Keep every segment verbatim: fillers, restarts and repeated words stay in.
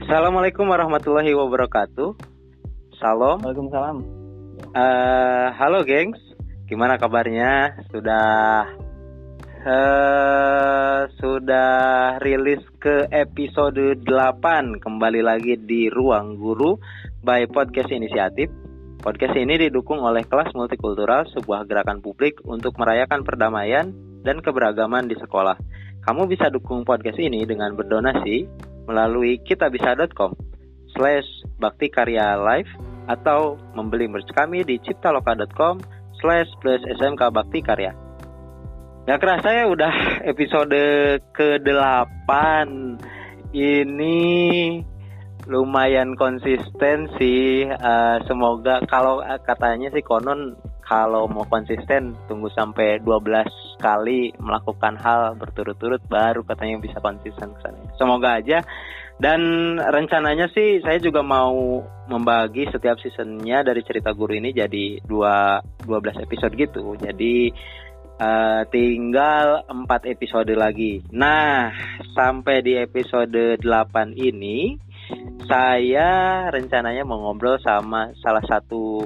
Assalamualaikum warahmatullahi wabarakatuh. Salam. Waalaikumsalam. Uh, halo gengs, gimana kabarnya? Sudah uh, sudah rilis ke episode delapan. Kembali lagi di Ruang Guru by Podcast Inisiatif. Podcast ini didukung oleh Kelas Multikultural, sebuah gerakan publik untuk merayakan perdamaian dan keberagaman di sekolah. Kamu bisa dukung podcast ini dengan berdonasi melalui kitabisa dot com slash bakti karya live atau membeli merch kami di ciptaloka dot com slash plus smk bakti karya. Gak kerasa ya udah episode kedelapan. Ini lumayan konsisten sih. Uh, semoga kalau uh, katanya sih konon kalau mau konsisten tunggu sampai dua belas kali melakukan hal berturut-turut baru katanya bisa konsisten kesana. Semoga aja. Dan rencananya sih saya juga mau membagi setiap seasonnya dari cerita guru ini jadi dua, dua belas episode gitu. Jadi uh, tinggal empat episode lagi. Nah, sampai di episode delapan ini saya rencananya mau ngobrol sama salah satu,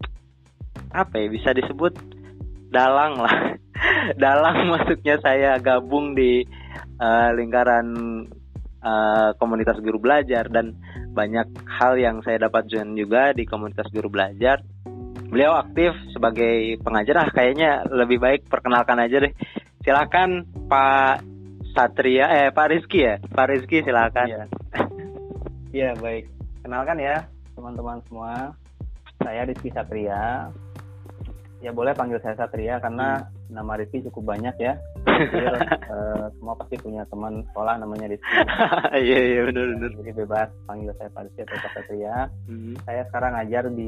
apa ya, bisa disebut dalang lah. Dalang masuknya saya gabung di uh, lingkaran uh, komunitas guru belajar, dan banyak hal yang saya dapat join juga di komunitas guru belajar. Beliau aktif sebagai pengajar. Ah, kayaknya lebih baik perkenalkan aja deh. Silakan Pak Satria, eh Pak Rizky ya. Pak Rizky silakan. Iya. Iya, baik. Kenalkan ya teman-teman semua. Saya Rizky Satria. Ya boleh panggil saya Satria karena hmm. nama Rizky cukup banyak ya. Jadi, uh, semua pasti punya teman sekolah namanya Rizky. Iya iya benar benar. Jadi bebas panggil saya Pak Rizky atau Pak Satria. Hmm. Saya sekarang ngajar di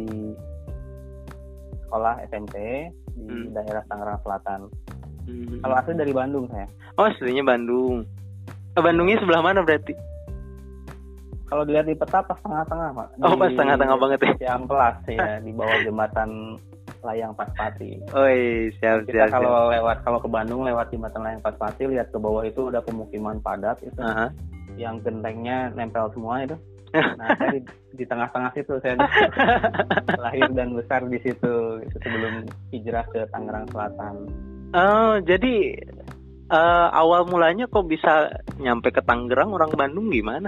sekolah S M P di hmm. daerah Tangerang Selatan. Hmm. Kalau asli dari Bandung saya. Oh, aslinya Bandung. Oh, Bandungnya sebelah mana berarti? Kalau dilihat di peta pas tengah-tengah, Pak. Oh, pas tengah-tengah banget ya. Di Amplas ya, di bawah jembatan Layang Paspati. Oh iya, siap, Kita siap, kalau siap. lewat kalau ke Bandung lewat jembatan Layang Paspati, lihat ke bawah itu udah pemukiman padat itu. Uh-huh. Yang gentengnya nempel semua itu. Nah, saya di, di tengah-tengah situ saya lahir dan besar di situ itu sebelum hijrah ke Tangerang Selatan. Oh, jadi uh, awal mulanya kok bisa nyampe ke Tangerang, orang Bandung gimana?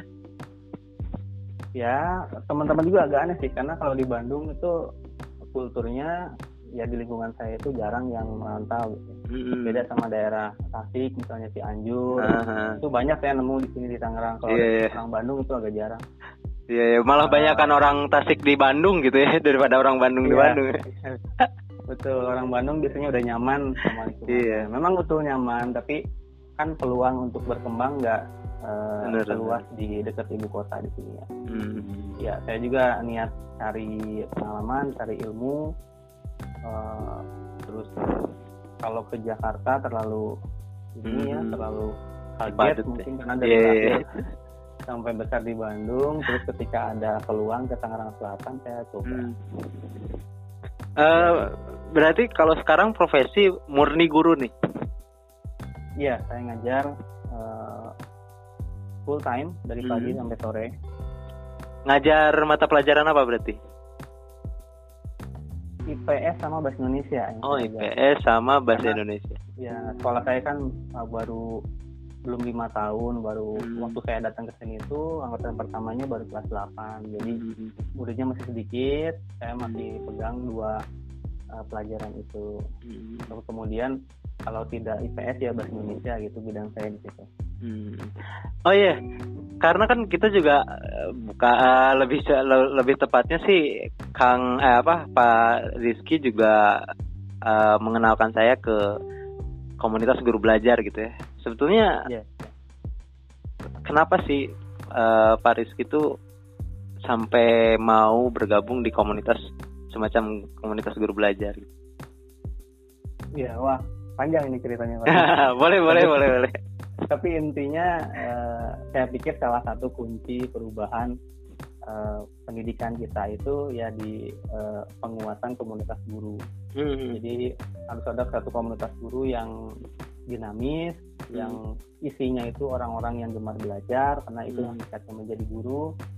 Ya, teman-teman juga agak aneh sih, karena kalau di Bandung itu kulturnya ya di lingkungan saya itu jarang yang merantau gitu. Mm-hmm. Beda sama daerah Tasik misalnya Cianjur. Uh-huh. Itu banyak saya nemu di sini di Tangerang. Kalau yeah, orang Bandung itu agak jarang. Iya, yeah, yeah. Malah uh, banyak kan orang Tasik di Bandung gitu ya daripada orang Bandung yeah. di Bandung. Betul, orang Bandung biasanya udah nyaman sama lingkungan. Iya. Yeah. Memang betul nyaman, tapi kan peluang untuk berkembang nggak uh, seluas di dekat ibu kota di sini ya. Hmm. Ya, saya juga niat cari pengalaman, cari ilmu. Uh, terus kalau ke Jakarta terlalu ini hmm. ya, terlalu kaget Padet, mungkin karena dari yeah. lahir sampai besar di Bandung. Terus ketika ada peluang ke Tangerang Selatan, saya coba. Hmm. Uh, berarti kalau sekarang profesi murni guru nih? Iya, saya ngajar uh, full time dari pagi hmm. sampai sore. Ngajar mata pelajaran apa berarti? I P S sama Bahasa Indonesia. Oh, I P S sama Bahasa Karena, Indonesia. Ya, sekolah saya kan uh, baru belum lima tahun, baru hmm. waktu saya datang ke sini itu angkatan pertamanya baru kelas delapan. Jadi hmm. muridnya masih sedikit, saya masih pegang dua uh, pelajaran itu. Hmm. Lalu kemudian kalau tidak I P S ya Bahasa Indonesia gitu bidang saya di situ. Hmm. Oh iya, yeah. Karena kan kita juga buka uh, lebih lebih tepatnya sih Kang eh, apa Pak Rizky juga uh, mengenalkan saya ke komunitas guru belajar gitu ya. Sebetulnya yeah. kenapa sih uh, Pak Rizky itu sampai mau bergabung di komunitas semacam komunitas guru belajar? Iya, yeah, wah panjang ini ceritanya Pak. boleh boleh boleh boleh. Tapi intinya uh, saya pikir salah satu kunci perubahan uh, pendidikan kita itu ya di uh, penguatan komunitas guru. Hmm. Jadi harus ada satu komunitas guru yang dinamis, hmm. yang isinya itu orang-orang yang gemar belajar, karena itu hmm. yang menjadi guru.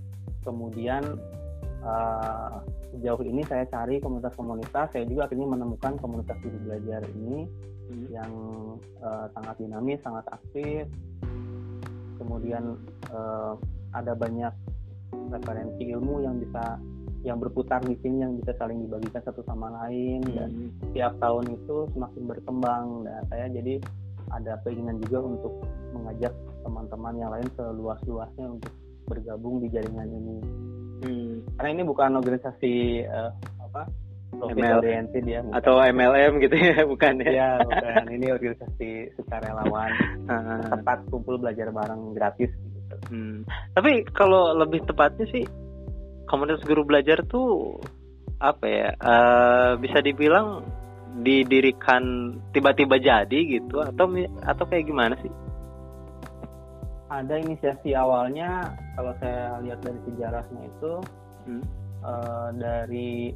kemudian uh, sejauh ini saya cari komunitas-komunitas, saya juga akhirnya menemukan komunitas guru belajar ini hmm. yang uh, sangat dinamis, sangat aktif. Kemudian uh, ada banyak referensi ilmu yang bisa yang berputar di sini, yang bisa saling dibagikan satu sama lain, hmm. dan tiap tahun itu semakin berkembang. Nah, saya jadi ada keinginan juga untuk mengajak teman-teman yang lain seluas-luasnya untuk bergabung di jaringan ini. Hmm. Karena ini bukan organisasi uh, apa profit oriented ya, bukan. Atau M L M gitu ya, bukan ya? Ya, bukan. Ini organisasi sukarelawan, tempat kumpul belajar bareng gratis. Gitu. Hmm. Tapi kalau lebih tepatnya sih, komunitas guru belajar tuh apa ya? Uh, bisa dibilang didirikan tiba-tiba jadi gitu, atau atau kayak gimana sih? Ada inisiasi awalnya, kalau saya lihat dari sejarahnya itu hmm. uh, dari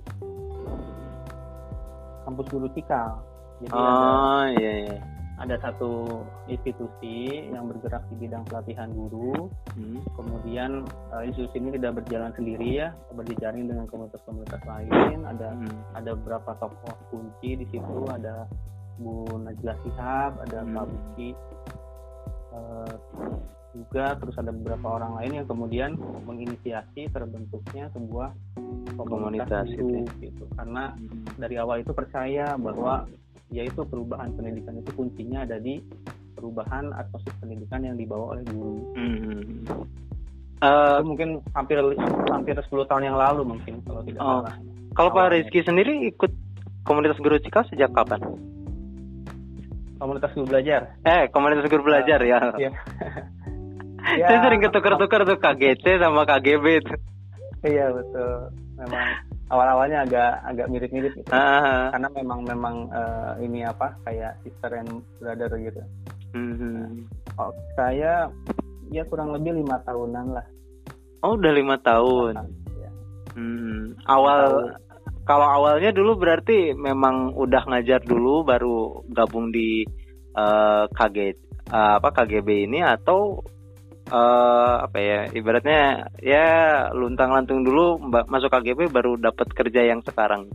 kampus Guru Cikal. Jadi oh, ada, iya, iya. ada satu institusi yang bergerak di bidang pelatihan guru. Hmm. Kemudian uh, institusi ini tidak berjalan sendiri ya, berjejaring dengan komunitas-komunitas lain. Ada hmm. ada beberapa tokoh kunci di situ. Ada Bu Najla Shihab, ada hmm. Pak Buki. Uh, juga terus ada beberapa orang lain yang kemudian menginisiasi terbentuknya sebuah komunitas itu gitu. Karena hmm. dari awal itu percaya bahwa yaitu perubahan pendidikan itu kuncinya ada di perubahan atmosfer pendidikan yang dibawa oleh guru. Hmm. Uh, itu mungkin hampir hampir sepuluh tahun yang lalu mungkin kalau tidak oh. salah. Kalau Pak Rizky sendiri ikut komunitas guru Cikal sejak kapan? Komunitas guru belajar. Eh, komunitas guru belajar uh, ya. Iya. Ya, saya sering ketukar-tukar tuh K G C sama K G B itu. Iya betul. Memang awal-awalnya agak agak mirip-mirip gitu. Uh-huh. Karena memang memang uh, ini apa kayak sister and brother gitu. Uh-huh. Nah, oh, saya ya kurang lebih lima tahunan lah. Oh udah lima tahun. Ya. Hmm. Awal kalau awalnya dulu berarti memang udah ngajar dulu baru gabung di uh, K G uh, apa K G B ini, atau Uh, apa ya ibaratnya ya luntang-lantung dulu masuk K G B baru dapat kerja yang sekarang.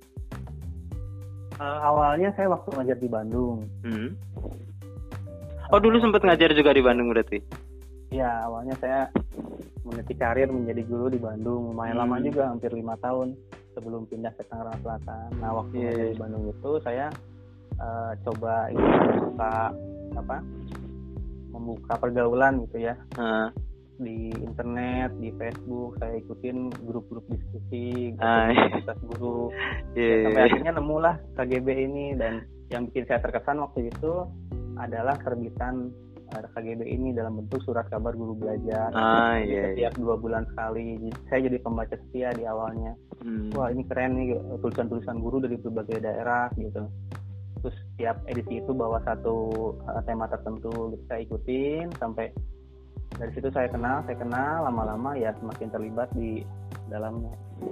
Uh, awalnya saya waktu ngajar di Bandung. Hmm. Oh dulu sempat ngajar juga di Bandung berarti? Ya awalnya saya meniti karir menjadi guru di Bandung lumayan hmm. lama juga, hampir lima tahun sebelum pindah ke Tangerang Selatan. Nah waktu yeah. ngajar di Bandung itu saya uh, coba ini membuka apa? membuka pergaulan gitu ya uh. di internet, di Facebook. Saya ikutin grup-grup diskusi komunitas uh. guru yeah. ya, sampai akhirnya nemulah K G B ini. Dan yang bikin saya terkesan waktu itu adalah terbitan uh, K G B ini dalam bentuk surat kabar guru belajar. uh, jadi yeah, setiap yeah. dua bulan sekali saya jadi pembaca setia di awalnya. hmm. Wah ini keren nih, tulisan-tulisan guru dari berbagai daerah gitu. Terus setiap edisi itu bawa satu uh, tema tertentu gitu. Saya ikutin sampai dari situ saya kenal, saya kenal lama-lama ya semakin terlibat di dalamnya.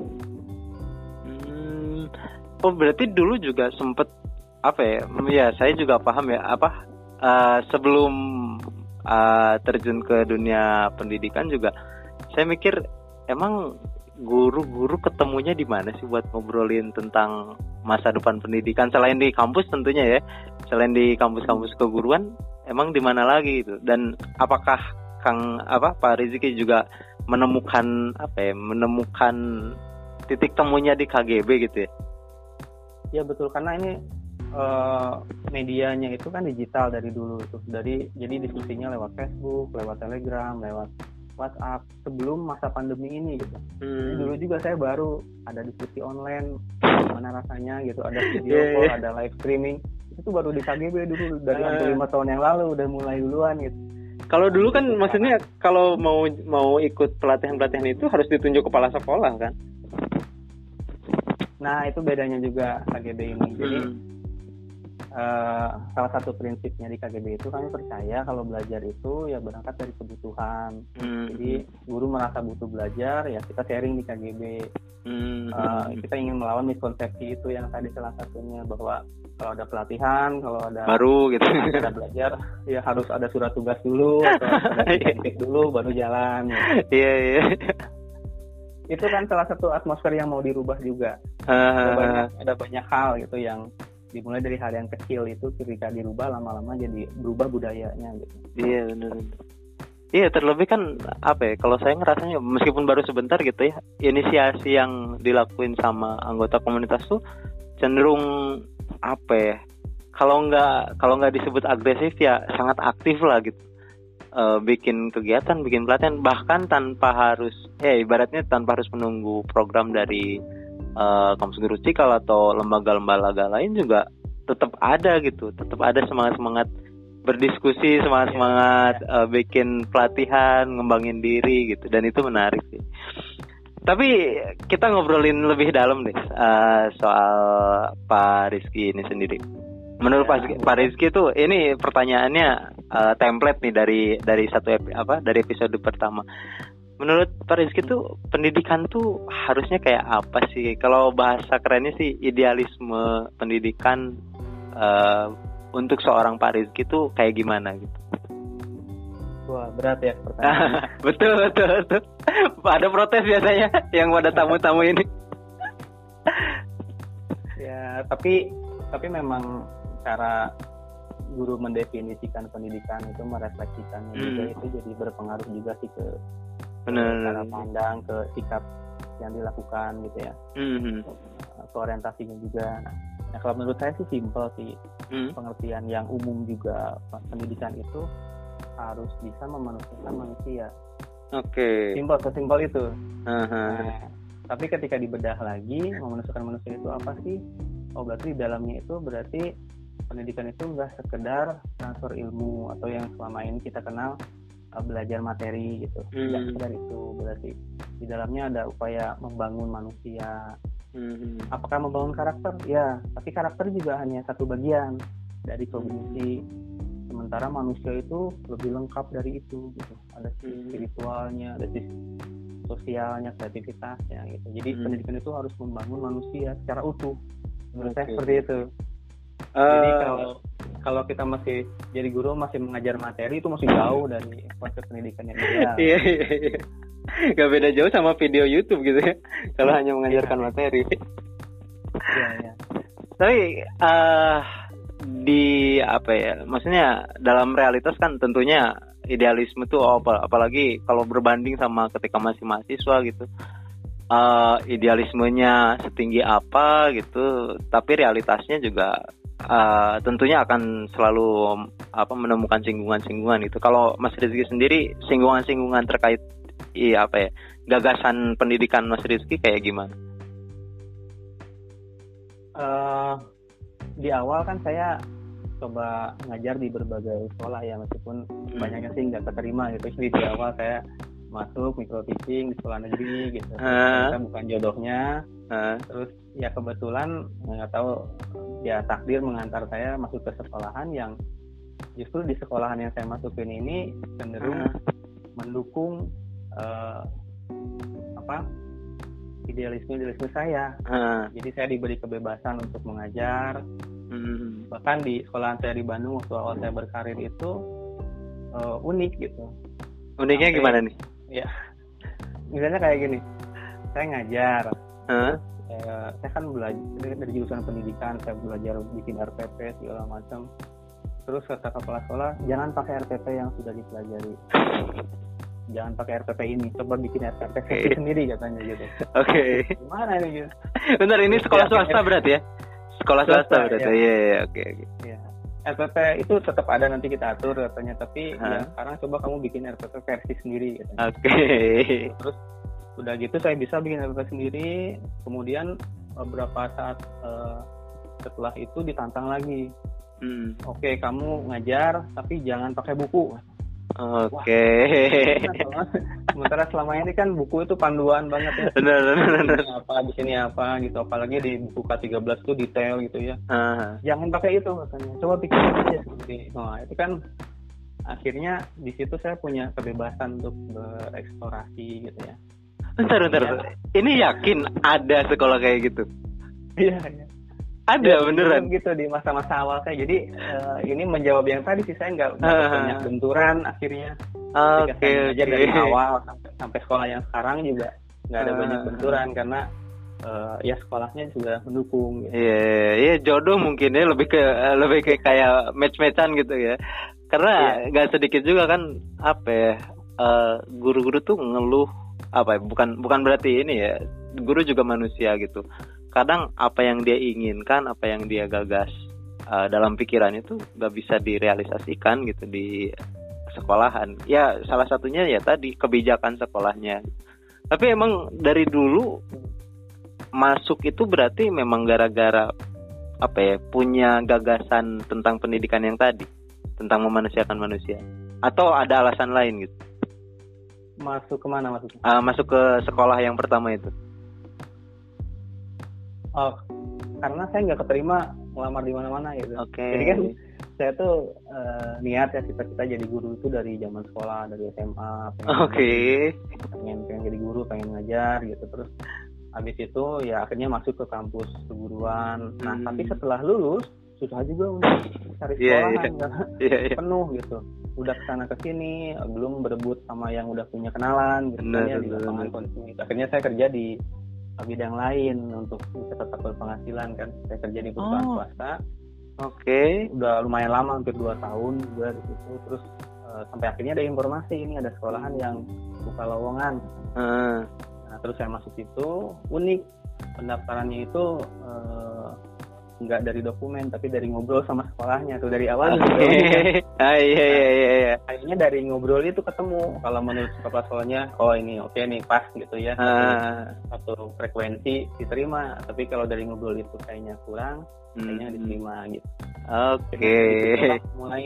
Hmm. Oh berarti dulu juga sempet apa ya? Ya saya juga paham ya apa uh, sebelum uh, terjun ke dunia pendidikan juga saya mikir emang guru-guru ketemunya di mana sih buat ngobrolin tentang masa depan pendidikan selain di kampus tentunya ya, selain di kampus-kampus keguruan emang di mana lagi gitu. Dan apakah Kang apa Pak Rizky juga menemukan apa ya menemukan titik temunya di K G B gitu ya? Ya betul, karena ini uh, medianya itu kan digital dari dulu tuh, dari jadi diskusinya lewat Facebook, lewat Telegram, lewat WhatsApp sebelum masa pandemi ini gitu. Hmm. Dulu juga saya baru ada diskusi online, gimana rasanya gitu, ada video yeah, call, yeah. ada live streaming. Itu tuh baru di K G B dulu dari uh. lima tahun yang lalu udah mulai duluan gitu. Kalau dulu kan gitu, maksudnya kan. Kalau mau mau ikut pelatihan-pelatihan itu harus ditunjuk kepala sekolah kan? Nah itu bedanya juga K G B ini. Jadi hmm. Uh, salah satu prinsipnya di K G B itu kami percaya kalau belajar itu ya berangkat dari kebutuhan. Hmm. Jadi guru merasa butuh belajar, ya kita sharing di K G B. Hmm. Uh, kita ingin melawan miskonsepsi itu yang tadi salah satunya, bahwa kalau ada pelatihan, kalau ada baru gitu, ada belajar, ya harus ada surat tugas dulu atau ada titik dulu baru jalan. Iya iya. itu kan salah satu atmosfer yang mau dirubah juga. Ada banyak, ada banyak hal gitu yang dimulai dari hal yang kecil itu ketika dirubah lama-lama jadi berubah budayanya gitu. Iya benar. Iya, terlebih kan apa ya, kalau saya ngerasanya meskipun baru sebentar gitu ya, inisiasi yang dilakuin sama anggota komunitas tuh cenderung apa ya, kalau nggak kalau nggak disebut agresif ya sangat aktif lah gitu. E, bikin kegiatan, bikin pelatihan, bahkan tanpa harus ya ibaratnya tanpa harus menunggu program dari e, Kampus Guru Cikal atau lembaga-lembaga lain juga tetap ada gitu, tetap ada semangat-semangat berdiskusi, semangat-semangat uh, bikin pelatihan, ngembangin diri gitu, dan itu menarik sih. Tapi kita ngobrolin lebih dalam deh uh, soal Pak Rizky ini sendiri. Menurut ya, Pak, Pak Rizky tuh ini pertanyaannya uh, template nih dari dari satu epi, apa dari episode pertama. Menurut Pak Rizky tuh pendidikan tuh harusnya kayak apa sih? Kalau bahasa kerennya sih idealisme pendidikan uh, untuk seorang Pak Rizky itu kayak gimana gitu? Wah, berat ya pertanyaan. betul, betul, betul. Ada protes biasanya yang pada tamu-tamu ini. Ya, tapi tapi memang cara guru mendefinisikan pendidikan itu merefleksikannya hmm. juga itu jadi berpengaruh juga sih ke Bener. cara pandang, ke sikap yang dilakukan gitu ya. Hmm. Ke orientasinya juga. Nah, kalau menurut saya sih simpel sih. Hmm. Pengertian yang umum juga, pendidikan itu harus bisa memanusiakan manusia. Oke. Okay. Simpel, sesimpel itu. Uh-huh. Nah, tapi ketika dibedah lagi, memanusiakan manusia itu apa sih? Oh, berarti di dalamnya itu berarti pendidikan itu nggak sekedar transfer ilmu atau yang selama ini kita kenal uh, belajar materi gitu. Nggak hmm. sekedar itu, berarti di dalamnya ada upaya membangun manusia. Hmm. Apakah membangun karakter? Ya, tapi karakter juga hanya satu bagian dari kognisi. Sementara manusia itu lebih lengkap dari itu gitu. Ada sisi spiritualnya, ada sisi sosialnya, kreativitasnya gitu. Jadi hmm. pendidikan itu harus membangun manusia secara utuh. Menurut okay. saya seperti itu. Uh, Jadi kalau kalau kita masih jadi guru masih mengajar materi itu masih jauh dari konsep pendidikan yang ideal. Iya iya iya. Gak beda jauh sama video YouTube gitu ya. Kalau hanya mengajarkan materi. Iya iya. Tapi uh, di apa ya? Maksudnya dalam realitas kan tentunya idealisme tuh apa, apalagi kalau berbanding sama ketika masih mahasiswa gitu. Uh, idealismenya setinggi apa gitu, tapi realitasnya juga uh, tentunya akan selalu apa menemukan singgungan-singgungan gitu. Kalau Mas Rizky sendiri singgungan-singgungan terkait iya apa ya gagasan pendidikan Mas Rizky kayak gimana? Uh, di awal kan saya coba ngajar di berbagai sekolah ya, meskipun hmm. banyaknya sih nggak keterima gitu. Jadi di awal saya masuk micro teaching di sekolah negeri gitu, uh. ternyata bukan jodohnya. Uh. Terus ya kebetulan nggak tahu ya takdir mengantar saya masuk ke sekolahan yang justru di sekolahan yang saya masukin ini cenderung uh. mendukung uh, apa idealisme idealisme saya. Uh. Jadi saya diberi kebebasan untuk mengajar. Hmm. Bahkan di sekolahan saya di Bandung waktu awal saya berkarir itu uh, unik gitu. Uniknya Sampai, gimana nih? Ya, misalnya kayak gini, saya ngajar, huh? eh, saya kan belajar dari jurusan pendidikan, saya belajar bikin R P P segala macam. Terus kata kepala sekolah, jangan pakai R P P yang sudah dipelajari, jangan pakai R P P ini, coba bikin R P P okay. sendiri katanya gitu. Oke. Okay. Gimana ini gitu? Bentar, ini sekolah swasta berarti ya? Sekolah swasta, swasta berarti, iya, iya, oke, oke. R P P itu tetap ada, nanti kita atur katanya, tapi huh? ya sekarang coba kamu bikin R P P versi sendiri katanya. Oke. Okay. Terus udah gitu saya bisa bikin R P P sendiri, kemudian beberapa saat uh, setelah itu ditantang lagi. Hmm. Oke, okay, kamu ngajar tapi jangan pakai buku. Oke. Okay. Sementara selama ini kan buku itu panduan banget ya. Benar, benar, benar. Apa di sini apa gitu, apalagi di buku K tiga belas itu detail gitu ya. Uh-huh. Jangan pakai itu katanya. Coba bikin aja seperti. Nah, itu kan akhirnya di situ saya punya kebebasan untuk bereksplorasi gitu ya. Bentar, bentar. Ya. Ini yakin ada sekolah kayak gitu? Iya, iya. Ada ya, beneran gitu di masa-masa awal saya. Jadi uh, ini menjawab yang tadi sih, saya nggak uh, banyak benturan akhirnya. Oke, okay, okay. dari awal sampai, sampai sekolah yang sekarang juga nggak ada uh, banyak benturan karena uh, ya sekolahnya juga mendukung. Iya, gitu. yeah, yeah, jodoh mungkin ya lebih ke lebih ke kayak match-matchan gitu ya. Karena nggak yeah. sedikit juga kan apa ya uh, guru-guru tuh ngeluh apa ya, bukan bukan berarti ini ya, guru juga manusia gitu. Kadang apa yang dia inginkan, apa yang dia gagas uh, dalam pikiran itu nggak bisa direalisasikan gitu di sekolahan. Ya salah satunya ya tadi kebijakan sekolahnya. Tapi emang dari dulu masuk itu berarti memang gara-gara apa ya, punya gagasan tentang pendidikan yang tadi, tentang memanusiakan manusia, atau ada alasan lain gitu? Masuk kemana maksudnya? Uh, masuk ke sekolah yang pertama itu. Oh, karena saya nggak keterima ngelamar di mana-mana gitu. Oke. Okay. Jadi kan saya tuh uh, niat ya cita-cita jadi guru itu dari zaman sekolah, dari S M A. Oke. Okay. Pengen pengen jadi guru, pengen ngajar gitu. Terus habis itu ya akhirnya masuk ke kampus keguruan. Nah, hmm. tapi setelah lulus susah juga untuk cari sekolahan, yeah, yeah. karena yeah, yeah. penuh gitu. Udah kesana kesini, belum berebut sama yang udah punya kenalan gitu. Nah, ya, di lapangan kondisi. Akhirnya saya kerja di bidang lain untuk bisa tetap berpenghasilan kan. Saya kerja di perusahaan oh. swasta. Oke. Okay. Udah lumayan lama, hampir dua tahun juga di situ. Terus uh, sampai akhirnya ada informasi ini ada sekolahan yang buka lowongan. Hmm. Nah, terus saya masuk itu, unik pendaftarannya itu uh, nggak dari dokumen tapi dari ngobrol sama sekolahnya tuh dari awal. Okay. Ah iya iya iya iya. Akhirnya dari ngobrol itu ketemu kalau menurut kepala sekolahnya, oh ini oke okay nih pas gitu ya. Ah. Satu frekuensi diterima, tapi kalau dari ngobrol itu kayaknya kurang, kayaknya hmm. diterima gitu. Oke. Okay. Mulai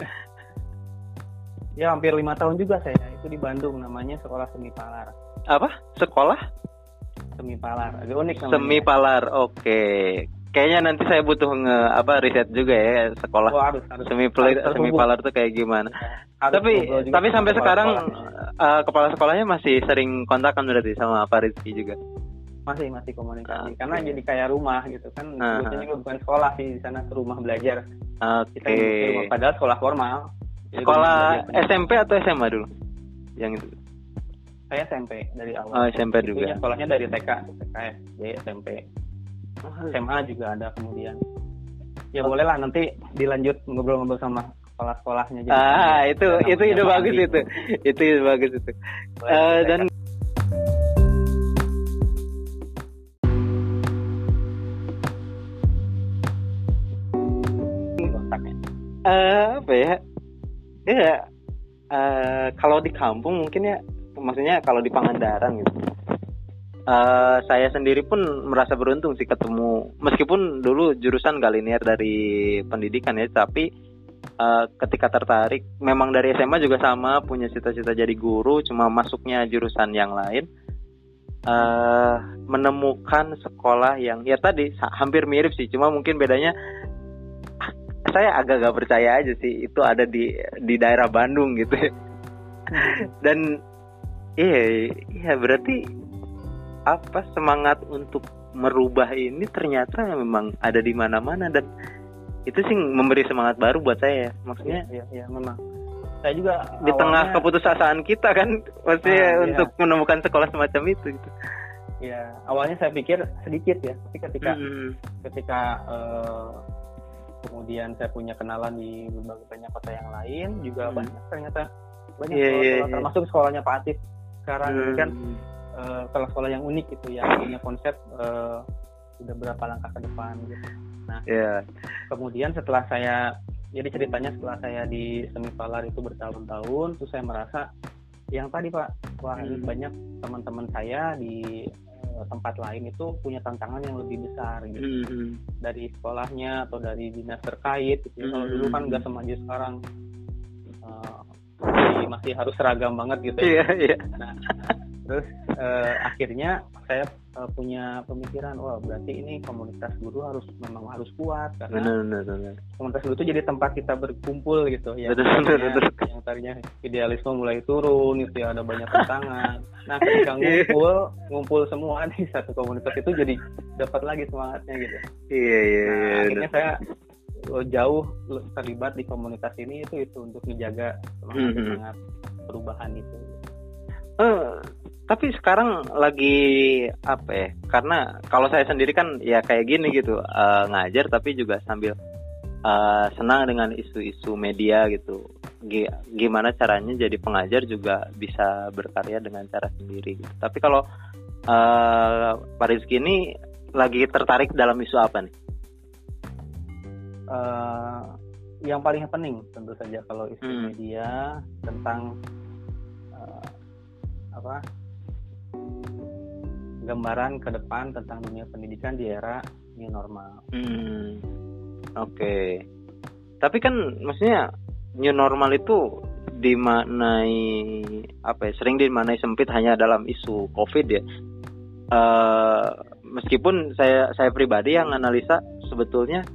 ya hampir lima tahun juga saya itu di Bandung, namanya Sekolah Semi Palar. Apa? Sekolah? Semi Palar, agak unik namanya. Semi Palar, oke. Okay. Kayaknya nanti saya butuh nge apa riset juga ya sekolah oh, harus, harus, semi harus semi palar tuh kayak gimana. Harus tapi tapi sampai sekarang sekolah. Uh, kepala sekolahnya masih sering kontakkan berarti sama Pak Rizky juga. Masih masih komunikasi okay. Karena jadi kayak rumah gitu kan. Uh-huh. Sebetulnya juga bukan sekolah sih, di sana tuh rumah belajar. Oke. Okay. Padahal sekolah formal. Sekolah S M P atau S M A dulu? Yang itu. Saya S M P dari awal. Oh, S M P juga. Ya, sekolahnya dari T K, T K S D, S M P. S M A juga ada kemudian. Ya oh. bolehlah nanti dilanjut ngobrol-ngobrol sama kepala sekolahnya. Jadi ah itu itu ide bagus itu. Itu ide bagus itu. Uh, dan uh, apa ya? Ya uh, kalau di kampung mungkin ya, maksudnya kalau di Pangandaran gitu. Uh, saya sendiri pun merasa beruntung sih ketemu, meskipun dulu jurusan gak linear dari pendidikan ya, tapi uh, ketika tertarik, memang dari S M A juga sama, punya cita-cita jadi guru, cuma masuknya jurusan yang lain, uh, menemukan sekolah yang ya tadi hampir mirip sih, cuma mungkin bedanya saya agak gak percaya aja sih itu ada di di daerah Bandung gitu. Dan iya, iya berarti apa semangat untuk merubah ini ternyata memang ada di mana-mana, dan itu sih memberi semangat baru buat saya. Maksudnya ya, ya, ya memang. Saya juga di awalnya, tengah keputusasaan kita kan, maksudnya ah, untuk ya. menemukan sekolah semacam itu gitu. Ya, awalnya saya pikir sedikit ya, tapi ketika hmm. ketika uh, kemudian saya punya kenalan di berbagai banyak kota yang lain juga hmm. banyak ternyata banyak yeah, sekolah, yeah, termasuk yeah. sekolahnya Pak Atif sekarang hmm. ini kan uh, sekolah-sekolah yang unik gitu yang punya konsep uh, sudah berapa langkah ke depan gitu. Nah, yeah. kemudian setelah saya jadi ceritanya setelah saya di Semi Palar itu bertahun-tahun, terus saya merasa yang tadi Pak, wah ini hmm. banyak teman-teman saya di uh, tempat lain itu punya tantangan yang lebih besar gitu. Hmm. Dari sekolahnya atau dari dinas terkait gitu. Hmm. Kalau dulu kan nggak semaju sekarang. Uh, masih, masih harus seragam banget gitu ya. Yeah, yeah. Nah, terus uh, akhirnya saya uh, punya pemikiran, wah berarti ini komunitas guru harus memang harus kuat karena benar, benar, benar. komunitas guru itu jadi tempat kita berkumpul gitu ya. Benar, benar, benar. Yang tadinya idealisme mulai turun gitu ya, ada banyak tantangan. Nah, ketika ngumpul, ngumpul semua di satu komunitas itu jadi dapat lagi semangatnya gitu. Iya, iya, nah, iya. Akhirnya saya jauh terlibat di komunitas ini itu itu untuk menjaga semangat-semangat perubahan itu. Uh, tapi sekarang lagi apa ya? Karena kalau saya sendiri kan ya kayak gini gitu, uh, ngajar tapi juga sambil uh, senang dengan isu-isu media gitu. G- gimana caranya jadi pengajar juga bisa berkarya dengan cara sendiri gitu. Tapi kalau uh, Pak Rizky ini lagi tertarik dalam isu apa nih? Uh, yang paling happening tentu saja kalau isu hmm. media tentang uh, apa gambaran ke depan tentang dunia pendidikan di era new normal. Hmm. Oke. Okay. Tapi kan maksudnya new normal itu dimaknai apa ya? Sering dimaknai sempit hanya dalam isu COVID ya. Uh, meskipun saya saya pribadi yang analisa sebetulnya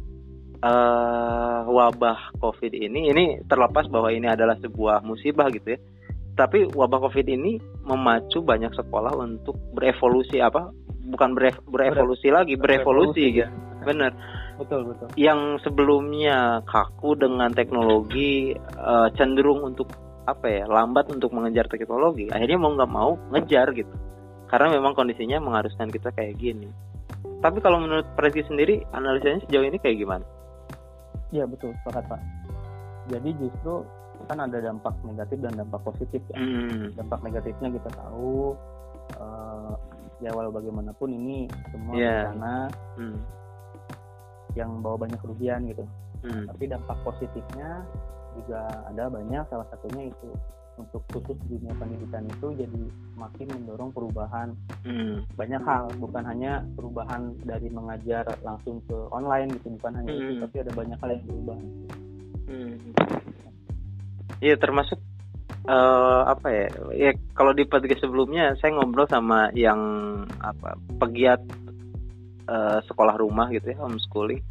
uh, wabah COVID ini ini terlepas bahwa ini adalah sebuah musibah gitu ya. Tapi wabah COVID ini memacu banyak sekolah untuk berevolusi apa? Bukan beref, berevolusi Ber- lagi, berevolusi gitu. Ya. Benar. Betul, betul. Yang sebelumnya kaku dengan teknologi uh, cenderung untuk apa ya? Lambat untuk mengejar teknologi. Akhirnya mau nggak mau ngejar gitu. Karena memang kondisinya mengharuskan kita kayak gini. Tapi kalau menurut Pak Rizky sendiri, analisanya sejauh ini kayak gimana? Iya, betul, sepakat Pak. Jadi justru kan ada dampak negatif dan dampak positif ya. Hmm. Dampak negatifnya kita tahu uh, ya walau bagaimanapun ini semua yeah. karena hmm. yang bawa banyak kerugian gitu. Hmm. Tapi dampak positifnya juga ada banyak, salah satunya itu untuk khusus dunia pendidikan itu jadi makin mendorong perubahan hmm. banyak hal, bukan hanya perubahan dari mengajar langsung ke online gitu, bukan hanya hmm. itu, tapi ada banyak hal yang berubah. Hmm. Iya, termasuk uh, apa ya? Ya kalau di podcast sebelumnya saya ngobrol sama yang apa pegiat uh, sekolah rumah gitu ya, homeschooling.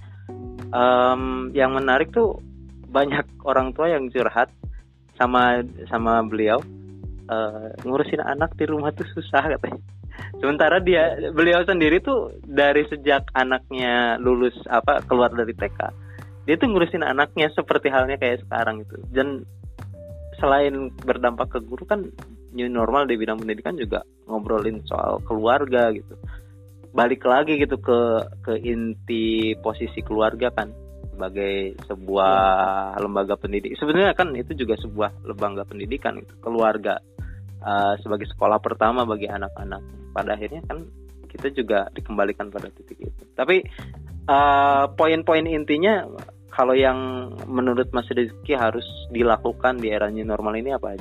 Um, yang menarik tuh banyak orang tua yang curhat sama sama beliau, uh, ngurusin anak di rumah tuh susah katanya. Sementara dia beliau sendiri tuh dari sejak anaknya lulus apa keluar dari T K, dia tuh ngurusin anaknya seperti halnya kayak sekarang gitu. Dan selain berdampak ke guru kan new normal di bidang pendidikan juga ngobrolin soal keluarga gitu. Balik lagi gitu ke ke inti posisi keluarga kan sebagai sebuah ya. lembaga pendidik. Sebenarnya kan itu juga sebuah lembaga pendidikan gitu. Keluarga uh, sebagai sekolah pertama bagi anak-anak. Pada akhirnya kan kita juga dikembalikan pada titik itu. Tapi uh, poin-poin intinya kalau yang menurut Mas Rizky harus dilakukan di era new normal ini apa aja?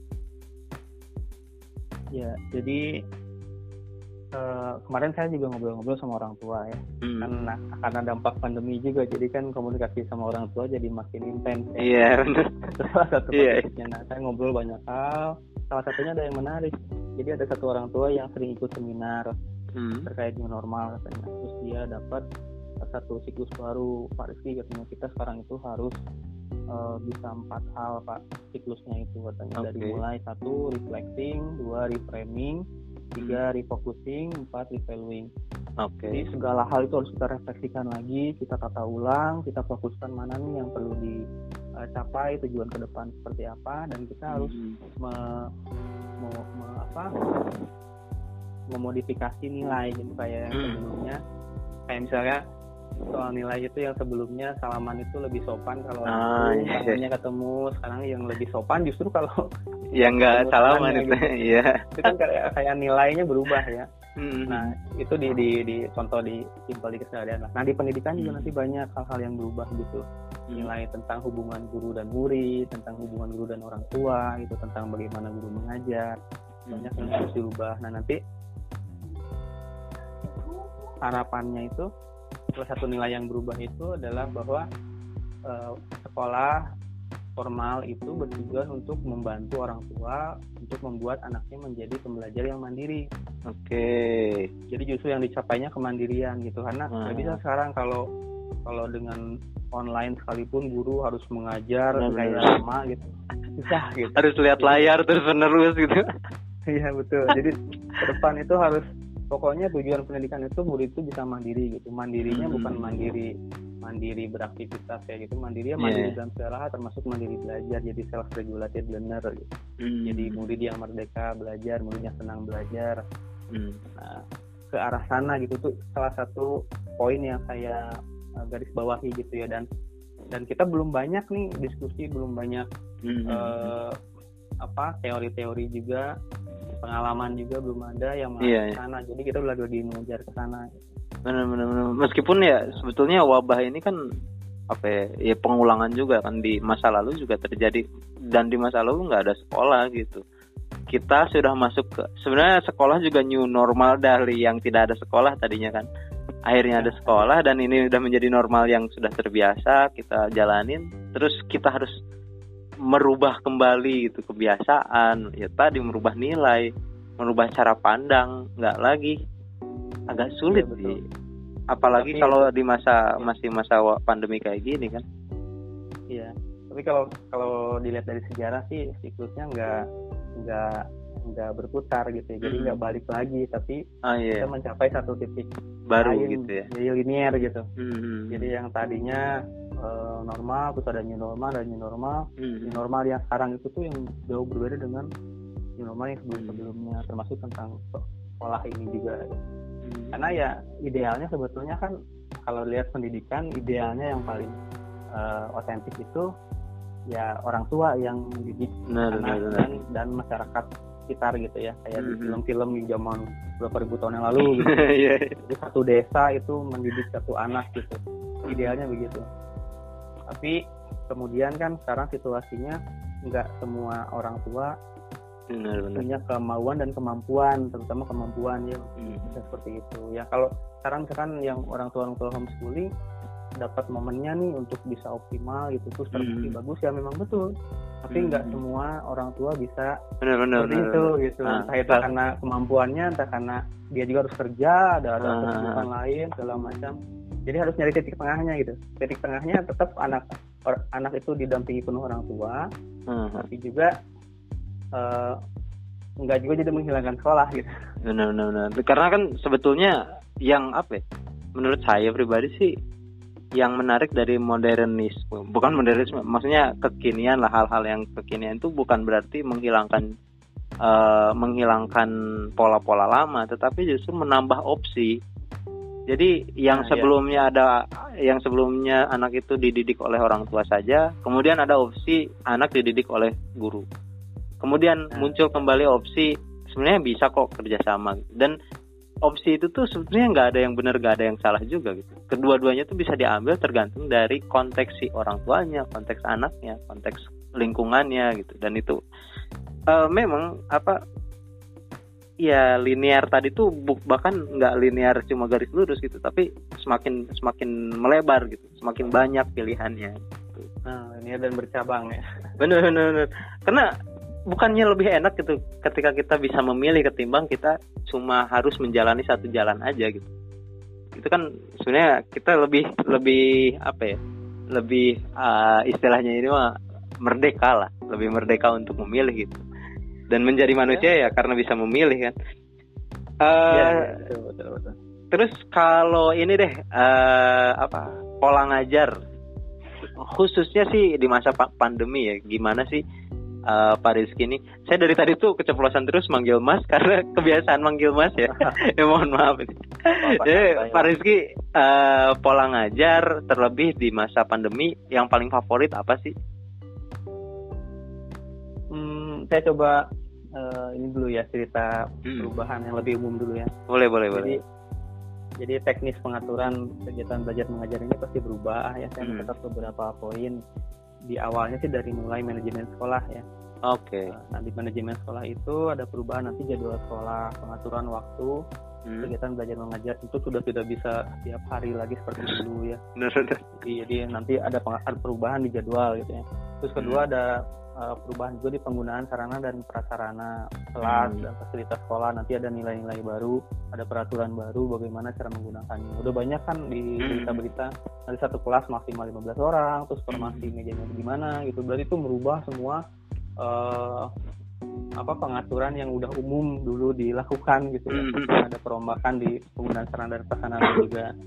Ya, jadi uh, kemarin saya juga ngobrol-ngobrol sama orang tua ya. Hmm. Karena karena dampak pandemi juga, jadi kan komunikasi sama orang tua jadi makin intens. Ya. Iya, benar. Salah satu positifnya, nah, saya ngobrol banyak hal. Salah satunya ada yang menarik. Jadi ada satu orang tua yang sering ikut seminar hmm. terkait new normal katanya. Terus dia dapat satu siklus baru, Pak Rizky katanya kita sekarang itu harus uh, bisa empat hal Pak siklusnya itu katanya. Okay. Dari mulai satu reflecting, dua reframing, tiga refocusing, empat revaluing. Oke. Okay. Jadi segala hal itu harus kita refleksikan lagi, kita tata ulang, kita fokuskan mana nih yang perlu dicapai, tujuan ke depan seperti apa, dan kita hmm. harus me, me, me, apa, memodifikasi nilai gitu kayak yang sebelumnya. Kayak misalnya soal nilai itu yang sebelumnya salaman itu lebih sopan kalau ah, itu iya, iya. ketemu, sekarang yang lebih sopan justru kalau yang nggak salaman itu gitu. Iya. Itu kan kayak, kayak nilainya berubah ya. Mm-hmm. Nah itu di, di, di contoh di simpel di keseharian. Nah di pendidikan juga mm-hmm. nanti banyak hal-hal yang berubah gitu. Mm-hmm. Nilai tentang hubungan guru dan murid, tentang hubungan guru dan orang tua, itu tentang bagaimana guru mengajar, banyak mm-hmm. yang harus dirubah. Nah nanti harapannya itu salah satu nilai yang berubah itu adalah bahwa uh, sekolah formal itu bertujuan untuk membantu orang tua untuk membuat anaknya menjadi pembelajar yang mandiri. Oke. Okay. Jadi justru yang dicapainya kemandirian gitu, karena nggak hmm. bisa sekarang kalau kalau dengan online sekalipun guru harus mengajar hmm. kayak lama gitu, susah gitu. Harus lihat layar terus menerus gitu. Iya betul. Jadi ke depan itu harus pokoknya tujuan pendidikan itu murid itu bisa mandiri gitu. Mandirinya hmm. bukan mandiri mandiri beraktivitas kayak gitu. Mandiri ya mandiri yeah. dalam segala hal, termasuk mandiri belajar, jadi self regulated learner gitu. Mm. Jadi murid yang merdeka belajar, murid yang senang belajar. Mm. Nah, ke arah sana gitu tuh salah satu poin yang saya uh, garis bawahi gitu ya. Dan dan kita belum banyak nih diskusi, belum banyak mm-hmm. uh, apa teori-teori juga, pengalaman juga belum ada yang mengarah yeah, ke sana. Yeah. Jadi kita lagi mengejar ke sana. Benar-benar. Meskipun ya sebetulnya wabah ini kan apa ya, ya pengulangan juga kan, di masa lalu juga terjadi, dan di masa lalu nggak ada sekolah gitu. Kita sudah masuk ke, sebenarnya sekolah juga new normal dari yang tidak ada sekolah tadinya kan. Akhirnya ada sekolah dan ini udah menjadi normal yang sudah terbiasa kita jalanin. Terus kita harus merubah kembali gitu kebiasaan. Ya tadi merubah nilai, merubah cara pandang, nggak lagi. Agak sulit ya, sih. Apalagi tapi, kalau di masa ya. masih masa pandemi kayak gini kan. Iya. Tapi kalau kalau dilihat dari sejarah sih siklusnya nggak nggak nggak berputar gitu ya. Jadi nggak hmm. balik lagi, tapi ah, iya. kita mencapai satu titik baru lain, gitu ya. Jadi linear gitu. Hmm. Jadi yang tadinya uh, normal, terus ada new normal, ada new normal. Hmm. New normal yang sekarang itu tuh yang jauh berbeda dengan new normal yang sebelum-sebelumnya, termasuk tentang sekolah ini juga. Hmm. Karena ya idealnya sebetulnya kan kalau lihat pendidikan, idealnya yang paling uh, otentik itu ya orang tua yang mendidik nah, anak nah, nah. dan dan masyarakat sekitar gitu ya, kayak mm-hmm. di film-film di zaman beberapa ribu tahun yang lalu gitu. yeah. Jadi satu desa itu mendidik satu anak gitu, idealnya begitu. Tapi kemudian kan sekarang situasinya nggak semua orang tua benar, benar. punya kemauan dan kemampuan, terutama kemampuan ya mm. seperti itu. Ya kalau sekarang kan yang orang tua orang tua homeschooling dapat momennya nih untuk bisa optimal gitu, terus terbukti hmm. bagus ya, memang betul. Tapi nggak hmm. semua orang tua bisa benar-benar seperti itu gitu. Nah, entah itu karena kemampuannya, entah karena dia juga harus kerja, ada ada ah. kesibukan lain segala macam. Jadi harus nyari titik tengahnya gitu. Titik tengahnya tetap anak or, anak itu didampingi penuh orang tua, hmm. tapi juga uh, nggak juga jadi menghilangkan sekolah gitu. Benar-benar. Karena kan sebetulnya yang apa? Ya? Menurut saya pribadi sih, yang menarik dari modernisme, bukan modernisme, maksudnya kekinian lah, hal-hal yang kekinian itu bukan berarti menghilangkan uh, menghilangkan pola-pola lama, tetapi justru menambah opsi. Jadi yang nah, sebelumnya ya. ada, yang sebelumnya anak itu dididik oleh orang tua saja, kemudian ada opsi anak dididik oleh guru. Kemudian nah. muncul kembali opsi sebenarnya bisa kok kerjasama, dan opsi itu tuh sebenarnya nggak ada yang benar, nggak ada yang salah juga gitu. Kedua-duanya tuh bisa diambil tergantung dari konteks si orang tuanya, konteks anaknya, konteks lingkungannya gitu. Dan itu uh, memang apa ya, linear tadi tuh bahkan nggak linear cuma garis lurus gitu, tapi semakin semakin melebar gitu, semakin banyak pilihannya. Gitu. Nah, linear dan bercabang ya. Bener-bener. Karena bukannya lebih enak gitu ketika kita bisa memilih ketimbang kita cuma harus menjalani satu jalan aja gitu. Itu kan sebenarnya kita lebih lebih apa ya? Lebih uh, istilahnya ini mah merdeka lah, lebih merdeka untuk memilih gitu. Dan menjadi manusia ya, ya karena bisa memilih kan. Uh, ya, betul, betul, betul. Terus kalau ini deh uh, apa? Pola ngajar khususnya sih di masa pandemi ya, gimana sih? Uh, Pak Rizky ini, saya dari tadi tuh keceplosan terus manggil Mas karena kebiasaan manggil Mas ya. Ya mohon maaf ini. Jadi Pak Rizky, uh, pola ngajar terlebih di masa pandemi yang paling favorit apa sih? Hmm, saya coba uh, ini dulu ya, cerita hmm. perubahan yang lebih umum dulu ya. Boleh boleh jadi, boleh. Jadi teknis pengaturan kegiatan belajar mengajar ini pasti berubah ya. Saya hmm. mencatat beberapa poin. Di awalnya sih dari mulai manajemen sekolah ya. Oke. Okay. Nah, di manajemen sekolah itu ada perubahan nanti jadwal sekolah, pengaturan waktu, hmm. kegiatan belajar mengajar itu sudah tidak bisa setiap hari lagi seperti dulu ya. jadi, jadi nanti ada, peng- ada perubahan di jadwal gitu ya. Terus kedua hmm. ada uh, perubahan juga di penggunaan sarana dan prasarana kelas hmm. dan fasilitas sekolah. Nanti ada nilai-nilai baru, ada peraturan baru bagaimana cara menggunakannya. Udah banyak kan di berita-berita nanti satu kelas maksimal lima belas orang, terus formasi mejanya gimana gitu. Berarti itu merubah semua uh, apa pengaturan yang udah umum dulu dilakukan gitu ya. Terus ada perombakan di penggunaan sarana dan prasarana juga.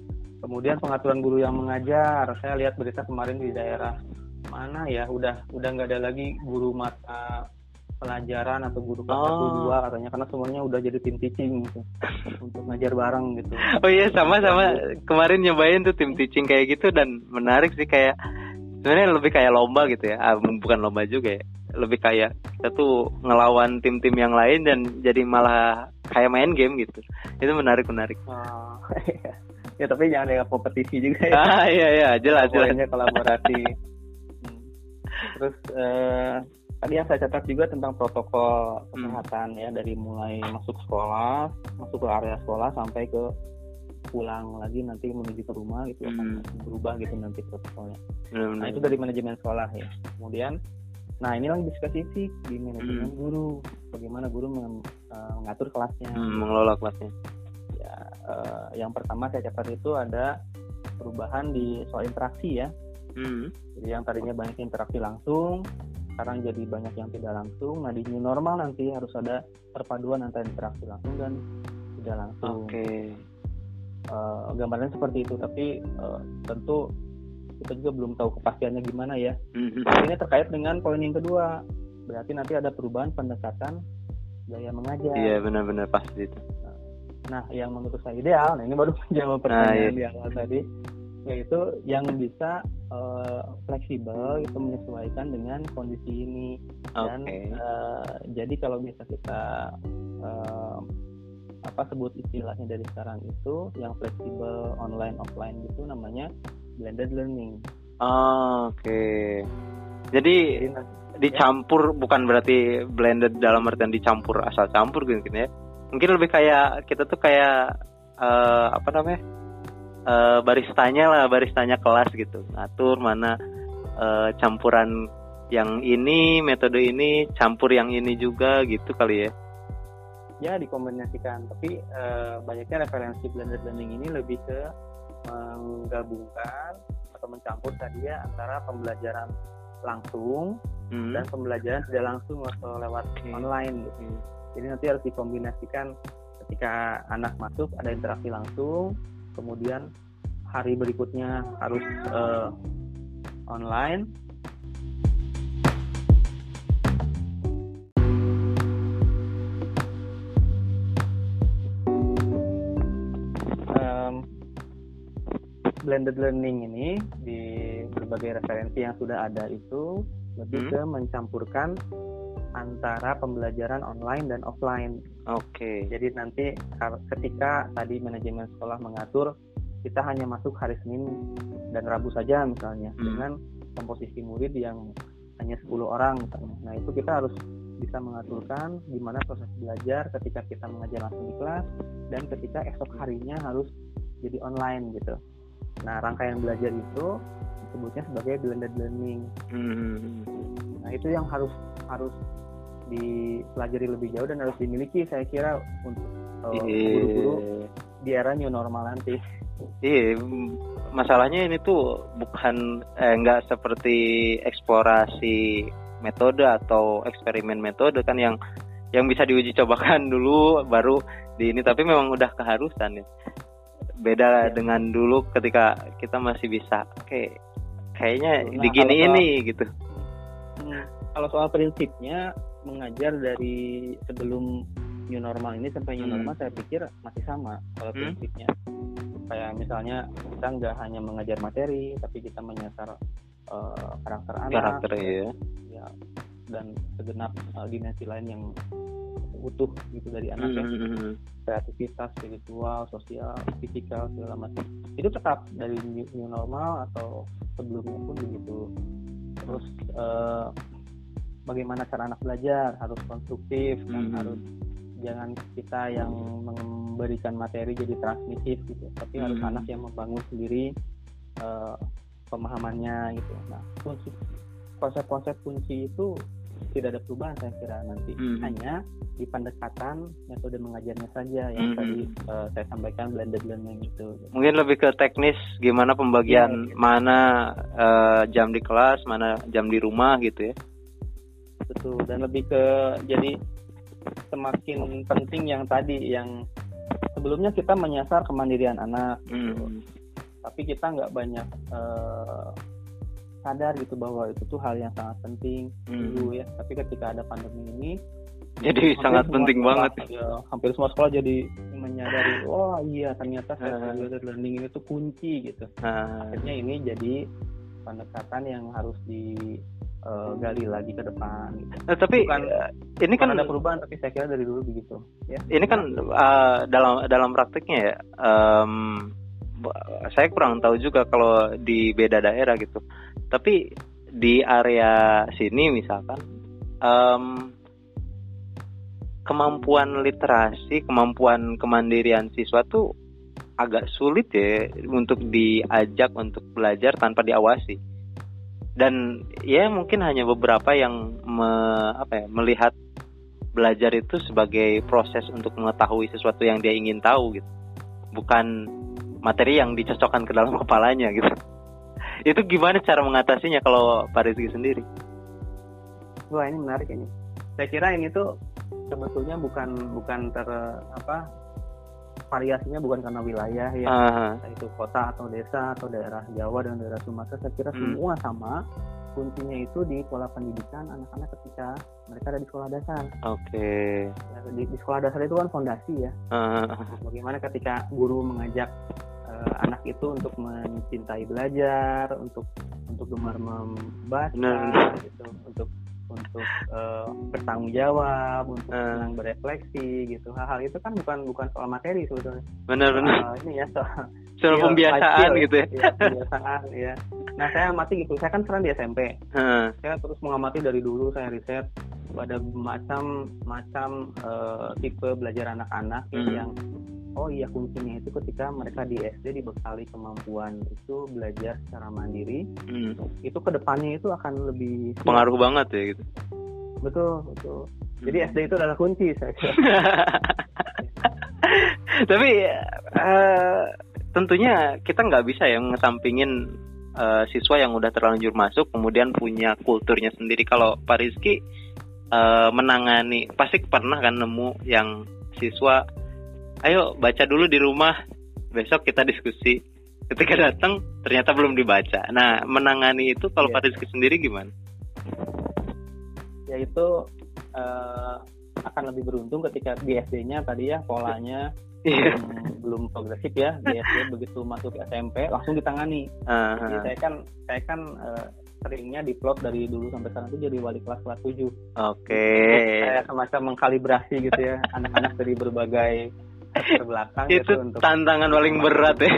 Kemudian pengaturan guru yang mengajar, saya lihat berita kemarin di daerah mana ya, udah udah nggak ada lagi guru mata pelajaran atau guru kelas Oh. satu dua katanya, karena semuanya udah jadi tim teaching gitu untuk ngajar bareng gitu. Oh iya, sama-sama kemarin nyobain tuh tim teaching kayak gitu, dan menarik sih, kayak sebenarnya lebih kayak lomba gitu ya. Ah, bukan lomba juga ya. Lebih kayak kita tuh ngelawan tim-tim yang lain dan jadi malah kayak main game gitu. Itu menarik-menarik. Oh, ya tapi jangan ada kompetisi juga ya. Ah iya iya, jelas jelas. Pokoknya kolaborasi. Hmm. Terus eh, tadi yang saya catat juga tentang protokol kesehatan hmm. ya, dari mulai masuk sekolah, masuk ke area sekolah sampai ke pulang lagi nanti menuju ke rumah gitu, akan hmm. berubah gitu nanti protokolnya. Hmm. Nah itu dari manajemen sekolah ya. Kemudian, nah ini lagi spesifik di manajemen hmm. guru, bagaimana guru meng, uh, mengatur kelasnya, hmm, mengelola kelasnya. Ya, uh, yang pertama saya catat itu ada perubahan di soal interaksi ya. Hmm. Jadi yang tadinya banyak interaksi langsung, sekarang jadi banyak yang tidak langsung. Nah di new normal nanti harus ada perpaduan antara interaksi langsung dan tidak langsung. Oke. Okay. Uh, gambarannya seperti itu, tapi uh, tentu kita juga belum tahu kepastiannya gimana ya. Mm-hmm. Ini terkait dengan poin yang kedua, berarti nanti ada perubahan pendekatan gaya mengajar. Iya benar-benar pasti itu. Nah, yang menurut saya ideal, nah ini baru menjawab pertanyaan nah, iya. di awal tadi, yaitu yang bisa uh, fleksibel, itu menyesuaikan dengan kondisi ini. Dan okay. uh, jadi kalau bisa kita uh, apa sebut istilahnya dari sekarang itu yang fleksibel online offline gitu, namanya blended learning. Oh, oke. Okay. Jadi, Jadi dicampur ya. Bukan berarti blended dalam artian dicampur asal campur gitu ya. Mungkin lebih kayak kita tuh kayak uh, apa namanya? Uh, baristanya lah, baristanya kelas gitu. Ngatur mana uh, campuran yang ini, metode ini campur yang ini juga gitu kali ya. Ya dikombinasikan, tapi e, banyaknya referensi blended learning ini lebih ke menggabungkan atau mencampur tadi ya antara pembelajaran langsung hmm. dan pembelajaran tidak langsung atau lewat hmm. online gitu. Hmm. Jadi nanti harus dikombinasikan, ketika anak masuk ada interaksi langsung, kemudian hari berikutnya harus e, online. Blended learning ini di berbagai referensi yang sudah ada itu lebih hmm. ke mencampurkan antara pembelajaran online dan offline. Oke. Okay. Jadi nanti ketika tadi manajemen sekolah mengatur kita hanya masuk hari Senin dan Rabu saja misalnya hmm. dengan komposisi murid yang hanya sepuluh orang misalnya. Nah itu kita harus bisa mengaturkan gimana proses belajar ketika kita mengajar langsung di kelas dan ketika esok harinya harus jadi online gitu. Nah, rangkaian belajar itu disebutnya sebagai blended learning. Hmm. Nah, itu yang harus harus dipelajari lebih jauh dan harus dimiliki saya kira untuk uh, guru-guru di era new normal nanti. Iya, masalahnya ini tuh bukan eh, nggak seperti eksplorasi metode atau eksperimen metode kan yang yang bisa diuji cobakan dulu baru di ini, tapi memang udah keharusan ya. Beda ya. Dengan dulu ketika kita masih bisa kayak kayaknya nah, digini ini gitu. Hmm, kalau soal prinsipnya mengajar dari sebelum new normal ini sampai new normal hmm. saya pikir masih sama kalau hmm. prinsipnya. Kayak misalnya kita nggak hanya mengajar materi tapi kita menyasar uh, karakter anak, karakter ya. ya dan segenap uh, dimensi lain yang utuh gitu dari anak ya, mm-hmm. kreativitas, spiritual, sosial, fisikal segala macam itu tetap dari new, new normal atau sebelumnya pun begitu. Terus eh, bagaimana cara anak belajar harus konstruktif kan, mm-hmm. harus jangan kita yang memberikan materi jadi transmisif gitu, tapi mm-hmm. harus anak yang membangun sendiri eh, pemahamannya gitu. Nah konsep-konsep kunci itu tidak ada perubahan saya kira nanti, mm-hmm. hanya di pendekatan metode mengajarnya saja yang mm-hmm. tadi uh, saya sampaikan blended learning itu. Mungkin lebih ke teknis gimana pembagian ya, gitu. Mana uh, jam di kelas, mana jam di rumah gitu ya. Betul, dan lebih ke jadi semakin penting yang tadi yang sebelumnya kita menyasar kemandirian anak. Mm-hmm. tapi kita nggak banyak uh, sadar gitu bahwa itu tuh hal yang sangat penting hmm. dulu ya. Tapi ketika ada pandemi ini jadi sangat penting banget ya, hampir semua sekolah jadi menyadari oh iya ternyata self-guided learning ini tuh kunci gitu. uh. Akhirnya ini jadi pendekatan yang harus digali uh, lagi ke depan gitu. Nah, tapi bukan, ini bukan kan ada perubahan, tapi saya kira dari dulu begitu ya. Ini kan uh, dalam dalam praktiknya ya, um, saya kurang tahu juga kalau di beda daerah gitu. Tapi di area sini misalkan um, kemampuan literasi, kemampuan kemandirian siswa tuh agak sulit ya untuk diajak untuk belajar tanpa diawasi. Dan ya mungkin hanya beberapa yang me, apa ya, melihat belajar itu sebagai proses untuk mengetahui sesuatu yang dia ingin tahu gitu. Bukan materi yang dicocokkan ke dalam kepalanya gitu. Itu gimana cara mengatasinya kalau Pak Rizky sendiri? Wah, ini menarik ini. Saya kira ini tuh sebetulnya bukan bukan ter apa variasinya bukan karena wilayah ya, uh-huh. itu kota atau desa atau daerah Jawa dan daerah Sumatera. Saya kira hmm. semua sama. Kuncinya itu di pola pendidikan anak-anak ketika mereka ada di sekolah dasar. Oke. Okay. Ya, di, di sekolah dasar itu kan fondasi ya. Uh-huh. Bagaimana ketika guru mengajak uh, anak itu untuk mencintai belajar, untuk untuk gemar membaca, nah. gitu, untuk untuk uh, bertanggung jawab, untuk uh. berefleksi gitu. Hal-hal itu kan bukan bukan soal materi sebetulnya. Benar-benar. Uh, ini ya soal soal pembiasaan gitu ya. ya. Pembiasaan ya. Nah, saya amati gitu. Saya kan sekarang di S M P. Uh. Saya terus mengamati dari dulu, saya riset pada macam-macam uh, tipe belajar anak-anak uh. yang oh iya kuncinya itu ketika mereka di S D dibekali kemampuan itu belajar secara mandiri, hmm. itu kedepannya itu akan lebih pengaruh banget ya gitu. Betul betul. Jadi hmm. S D itu adalah kunci saya kira. Tapi uh, tentunya kita nggak bisa ya ngesampingin uh, siswa yang udah terlanjur masuk kemudian punya kulturnya sendiri. Kalau Pak Rizky uh, menangani, pasti pernah kan nemu yang siswa ayo baca dulu di rumah, besok kita diskusi. Ketika datang ternyata belum dibaca. Nah, menangani itu kalau ya. Pak Rizky sendiri gimana? Ya itu uh, akan lebih beruntung ketika di S D-nya tadi ya polanya yeah. belum, belum progresif ya. Di S D begitu masuk S M P langsung ditangani. Uh-huh. Jadi saya kan saya kan uh, seringnya diplot dari dulu sampai sekarang itu jadi wali kelas kelas tujuh. Oke. Okay. Saya semacam mengkalibrasi gitu ya anak-anak dari berbagai terbelakang itu gitu untuk tantangan paling berat ya.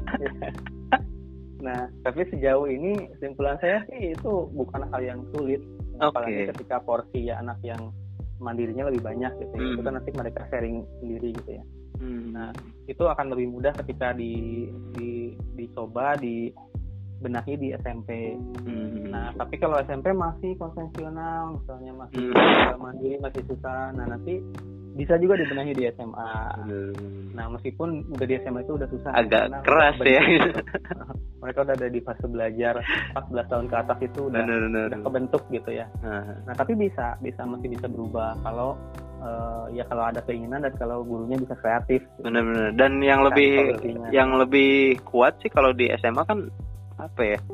Nah, tapi sejauh ini kesimpulan saya sih itu bukan hal yang sulit, okay. apalagi ketika porsi ya anak yang mandirinya lebih banyak gitu ya. Hmm. Itu kan nanti mereka sharing sendiri gitu ya. Hmm. Nah, itu akan lebih mudah ketika di, di dicoba dibenahi di S M P. Hmm. Nah, tapi kalau S M P masih konvensional, misalnya masih hmm. mandiri masih susah. Nah, nanti bisa juga dibenahi di S M A. Hmm. Nah, meskipun udah di S M A itu udah susah. Agak keras ya. Mereka udah ada di fase belajar empat belas tahun ke atas itu udah, bener, bener. udah kebentuk gitu ya. Uh-huh. Nah, tapi bisa, bisa masih bisa berubah kalau uh, ya kalau ada keinginan dan kalau gurunya bisa kreatif. Benar-benar. Dan yang nah, lebih yang lebih kuat sih kalau di S M A kan apa ya?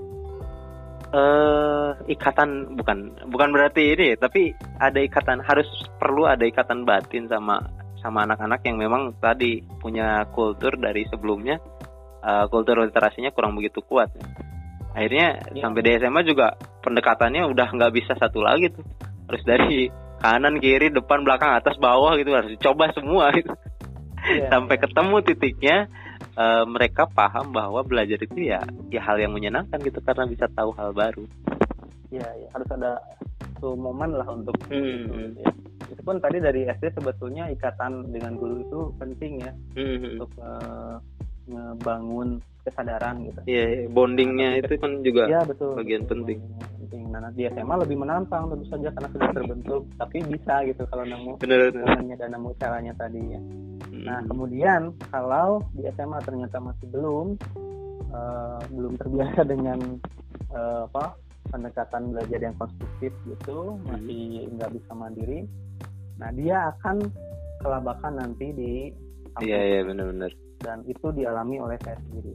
Uh, ikatan bukan bukan berarti ini, tapi ada ikatan, harus perlu ada ikatan batin sama sama anak-anak yang memang tadi punya kultur dari sebelumnya, uh, kultur literasinya kurang begitu kuat. Akhirnya ya. Sampai di S M A juga pendekatannya udah nggak bisa satu lagi tuh, harus dari kanan kiri depan belakang atas bawah gitu, harus dicoba semua gitu. Ya, sampai ya. Ketemu titiknya Uh, mereka paham bahwa belajar itu ya ya hal yang menyenangkan gitu karena bisa tahu hal baru. Ya, ya harus ada satu momen lah untuk hmm. itu. Ya. Itu pun tadi dari S D sebetulnya ikatan dengan guru itu penting ya hmm. untuk uh, ngebangun kesadaran gitu. Iya, yeah, bondingnya nah, itu kan juga ya, betul, bagian betul, penting. penting. Nah, di S M A lebih menantang tentu saja karena sudah terbentuk, tapi bisa gitu kalau nemu caranya dan nemu caranya tadi ya. Nah, kemudian kalau di S M A ternyata masih belum uh, belum terbiasa dengan uh, apa pendekatan belajar yang konstruktif gitu, hmm. masih nggak bisa mandiri. Nah, dia akan kelabakan nanti di kampus. Iya, iya benar-benar. Dan itu dialami oleh saya sendiri.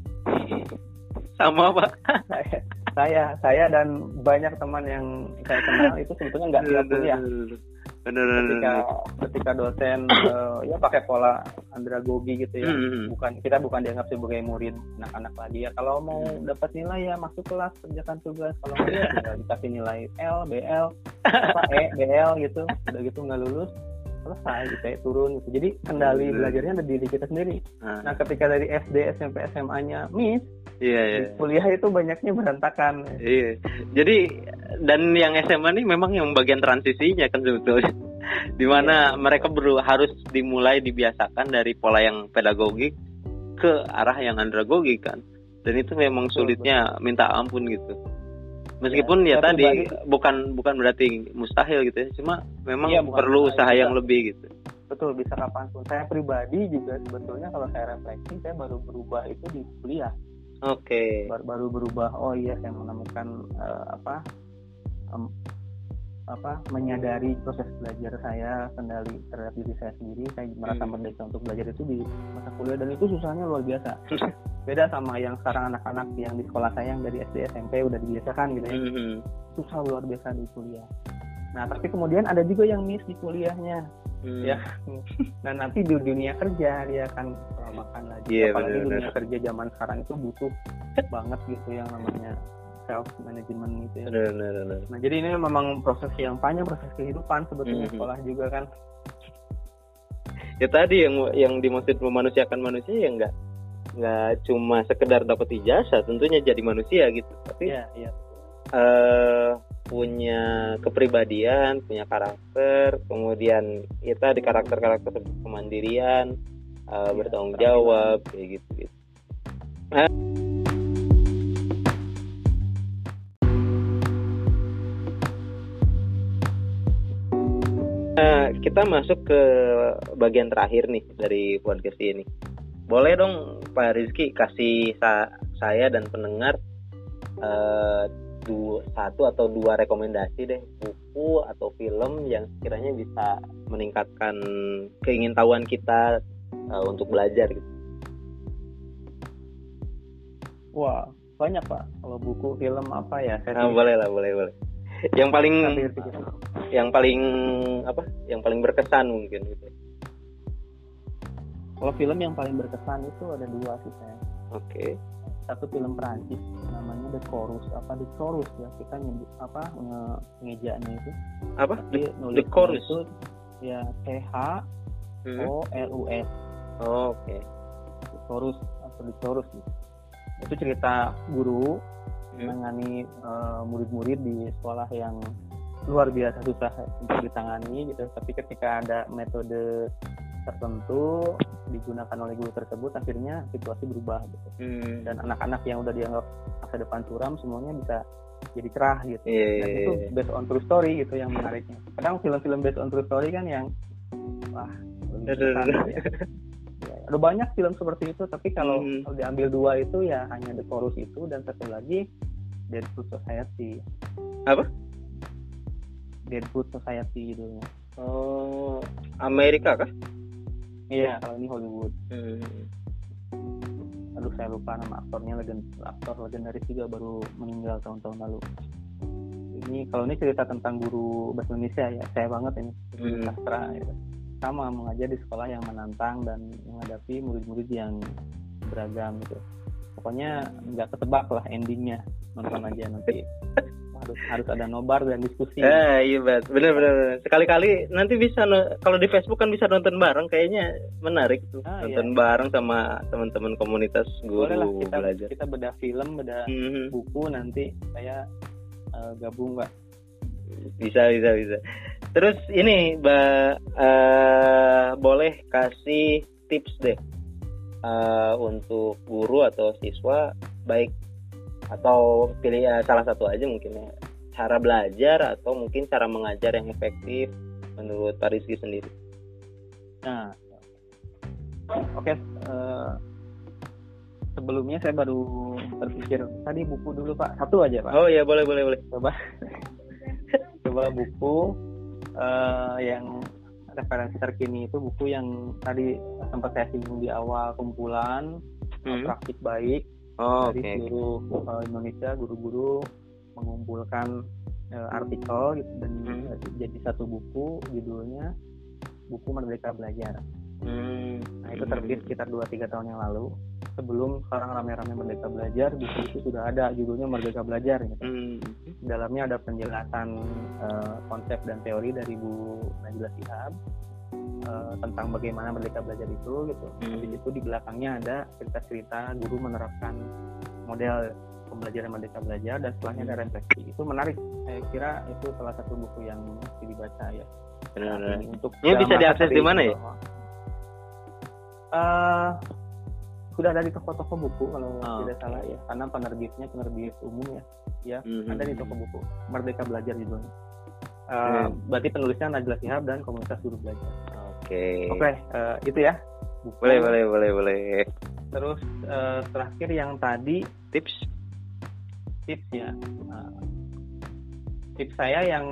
Sama Pak. saya, saya, saya dan banyak teman yang saya kenal itu sebetulnya nggak siap kuliah. Benar, ketika ketika dosen uh, ya pakai pola andragogi gitu ya, hmm. bukan kita bukan dianggap sebagai murid anak-anak lagi ya. Kalau mau dapat nilai ya masuk kelas, kerjakan tugas, kalau nggak ya tinggal dikasih nilai L, B L, apa E, B L gitu, udah gitu nggak lulus selesai gitu ya, turun gitu. Jadi kendali hmm. belajarnya ada di diri kita sendiri. Hmm. Nah ketika dari S D, S M P, S M A-nya miss, iya, iya. kuliah itu banyaknya berantakan. Iya. Jadi dan yang S M A nih memang yang bagian transisinya kan sebetulnya, di mana iya. mereka perlu harus dimulai dibiasakan dari pola yang pedagogik ke arah yang andragogik kan, dan itu memang sulitnya betul. Minta ampun gitu. Meskipun ya, ya tadi pribadi, bukan bukan berarti mustahil gitu ya, cuma memang iya, perlu usaha bisa, yang lebih gitu. Betul, bisa kapanpun. Saya pribadi juga sebetulnya kalau saya refleksi, saya baru berubah itu di kuliah. Oke. Okay. Baru, baru berubah. Oh iya, saya menemukan uh, apa, um, apa menyadari proses belajar saya, kendali terhadap diri saya sendiri. Saya merasa hmm. merdeka untuk belajar itu di masa kuliah, dan itu susahnya luar biasa. Beda sama yang sekarang anak-anak yang di sekolah saya yang dari S D S M P udah dibiasakan gitu ya. Hmm. Susah luar biasa di kuliah. Nah tapi kemudian ada juga yang miss di kuliahnya. Hmm. Ya, nah nanti di dunia kerja dia akan uh, makan lagi. Yeah, apalagi bener, dunia bener. kerja zaman sekarang itu butuh banget gitu yang namanya self management gitu ya. Bener, bener, bener. Nah jadi ini memang proses yang panjang, proses kehidupan sebetulnya hmm. sekolah juga kan. Ya tadi yang yang dimaksud memanusiakan manusia ya enggak nggak cuma sekedar dapat ijazah, tentunya jadi manusia gitu, tapi yeah, yeah. Uh, punya kepribadian, punya karakter, kemudian kita di karakter-karakter kemandirian, uh, ya, bertanggung jawab, kayak gitu gitu. Nah, nah, kita masuk ke bagian terakhir nih dari podcast ini. Boleh dong Pak Rizky kasih sa- saya dan pendengar uh, dua, satu atau dua rekomendasi deh, buku atau film yang sekiranya bisa meningkatkan keingintahuan kita uh, untuk belajar gitu. Wah, banyak Pak. Kalau buku, film apa ya? Saya ah, boleh lah, boleh, boleh. Yang paling yang paling apa? Yang paling berkesan mungkin gitu. Kalau film yang paling berkesan itu ada dua sih saya. Oke. Okay. Satu film Perancis namanya The Chorus, apa The Chorus ya, kita nyebut apa nge- ngejanya itu. Apa? The, The Chorus itu ya C H O R U S. Oh, oke. Okay. The Chorus atau The Chorus gitu. Itu cerita guru hmm. menangani uh, murid-murid di sekolah yang luar biasa susah untuk ditangani gitu, tapi ketika ada metode tertentu digunakan oleh guru tersebut, akhirnya situasi berubah gitu. Hmm. Dan anak-anak yang udah dianggap masa depan suram semuanya bisa jadi cerah gitu. Yeah. Dan itu based on true story gitu yang menariknya. Kadang film-film based on true story kan yang wah, besar, ya. Ya, ada banyak film seperti itu, tapi kalau, hmm. kalau diambil dua itu ya hanya The Chorus itu, dan satu lagi Deadwood Society. Apa? Deadwood Society gitu. Oh, Amerika kah? Iya, kalau ini Hollywood. Hmm. Aduh, saya lupa nama aktornya, legend, aktor legendaris juga baru meninggal tahun-tahun lalu. Ini kalau ini cerita tentang guru bahasa Indonesia ya, saya banget ini. Hmm. Sastra gitu. Sama mengajar di sekolah yang menantang dan menghadapi murid-murid yang beragam gitu. Pokoknya nggak ketebak lah endingnya, nonton aja nanti. harus harus ada nobar dan diskusi. Eh iya bet, benar-benar. Sekali-kali nanti bisa kalau di Facebook kan bisa nonton bareng, kayaknya menarik tuh. Ah, nonton iya. bareng sama teman-teman komunitas guru. Boleh lah kita belajar. Kita bedah film, bedah mm-hmm. buku, nanti saya uh, gabung Mbak. Bisa bisa bisa. Terus ini Mbak uh, boleh kasih tips deh uh, untuk guru atau siswa, baik atau pilih ya, salah satu aja mungkin ya, cara belajar atau mungkin cara mengajar yang efektif menurut Pak Rizky sendiri. Nah, oke, okay. uh, sebelumnya saya baru terpikir tadi buku dulu Pak, satu aja Pak. Oh iya boleh boleh boleh. Coba, coba buku uh, yang referensi terkini itu buku yang tadi sempat saya singgung di awal, kumpulan hmm. praktik baik. Oh, dari okay. seluruh uh, Indonesia, guru-guru mengumpulkan uh, artikel gitu dan hmm. uh, jadi satu buku, judulnya Buku Merdeka Belajar. Hmm. Nah itu terbit sekitar dua tiga tahun yang lalu. Sebelum sekarang rame-rame Merdeka Belajar, buku itu sudah ada judulnya Merdeka Belajar gitu. Hmm. Dalamnya ada penjelasan uh, konsep dan teori dari Bu Najla Shihab uh, tentang bagaimana Merdeka Belajar itu gitu. Hmm. Di situ di belakangnya ada cerita-cerita guru menerapkan model pembelajaran Merdeka Belajar dan setelahnya ada refleksi. Itu menarik. Saya kira itu salah satu buku yang mesti dibaca ya. Benar. Nah, ini untuk ini bisa diakses di mana ya? Uh, sudah ada di toko-toko buku kalau oh. tidak salah ya, karena penerbitnya penerbit umum ya, ya mm-hmm. ada di toko buku. Merdeka Belajar judulnya. Uh, hmm. Berarti penulisnya Najla Shihab dan Komunitas Guru Belajar. Oke. Okay. Oke, okay, uh, itu ya. Buku. Boleh, boleh, boleh, boleh. Terus uh, terakhir yang tadi tips, tips ya. Uh, tips saya yang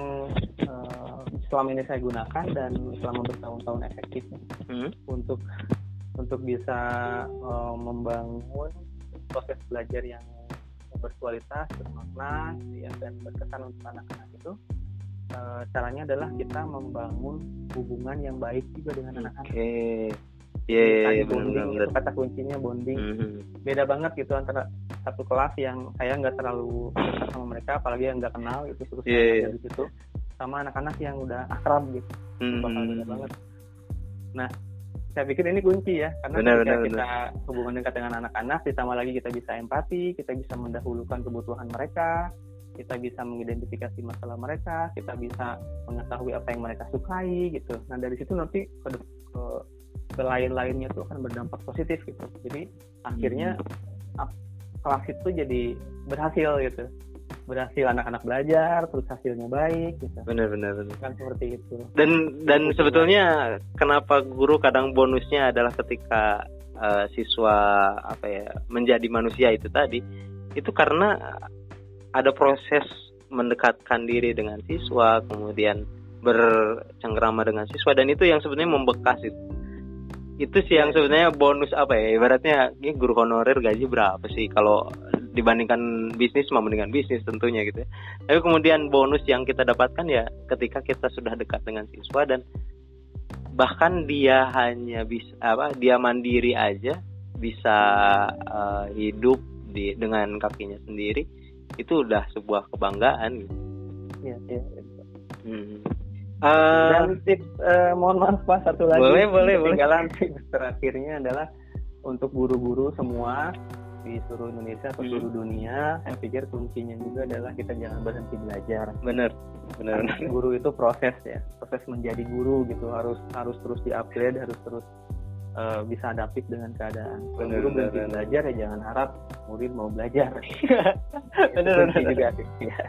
uh, selama ini saya gunakan dan selama bertahun-tahun efektif hmm? untuk untuk bisa uh, membangun proses belajar yang berkualitas, bermakna, ya, dan berkesan untuk anak-anak itu. Uh, caranya adalah kita membangun hubungan yang baik juga dengan anak-anak. Oke. Okay. Iya, yeah, yeah, bonding itu kata kuncinya bonding. Mm-hmm. Beda banget gitu antara satu kelas yang saya nggak terlalu dekat sama mereka, apalagi yang nggak kenal itu terus yeah, yeah. di situ, sama anak-anak yang udah akrab gitu. Mm-hmm. Bakal beda banget. Nah, saya pikir ini kunci ya, karena benar, ketika benar, kita benar. hubungan dekat dengan anak-anak, ditambah lagi kita bisa empati, kita bisa mendahulukan kebutuhan mereka, kita bisa mengidentifikasi masalah mereka, kita bisa mengetahui apa yang mereka sukai gitu. Nah dari situ nanti ke, ke, ke lain-lainnya itu akan berdampak positif gitu. Jadi akhirnya hmm. kelas itu jadi berhasil gitu. Berhasil anak-anak belajar, terus hasilnya baik gitu. Benar-benar kan seperti itu. Dan dan Betul sebetulnya kenapa guru kadang bonusnya adalah ketika uh, siswa apa ya menjadi manusia itu tadi, itu karena ada proses mendekatkan diri dengan siswa, kemudian bercengkrama dengan siswa, dan itu yang sebenarnya membekas itu. Itu sih yang sebenarnya bonus apa ya, ibaratnya ini guru honorer gaji berapa sih kalau dibandingkan bisnis, membandingkan bisnis tentunya gitu ya. Tapi kemudian bonus yang kita dapatkan ya ketika kita sudah dekat dengan siswa dan bahkan dia hanya bisa apa dia mandiri aja bisa uh, hidup di dengan kakinya sendiri, itu udah sebuah kebanggaan gitu. Iya, iya. Hmm. Uh, Dan tips uh, mohon maaf Pak, satu lagi. Boleh, boleh, boleh. Tips terakhirnya adalah untuk guru-guru semua di seluruh Indonesia atau seluruh hmm. dunia. Saya pikir kuncinya juga adalah kita jangan berhenti belajar. Benar, benar. Karena guru itu proses ya, proses menjadi guru gitu, harus harus terus di-upgrade, harus terus uh, bisa adaptif dengan keadaan. Kalau guru berhenti bener. belajar ya jangan harap murid mau belajar. Benar, benar juga sih. Ya.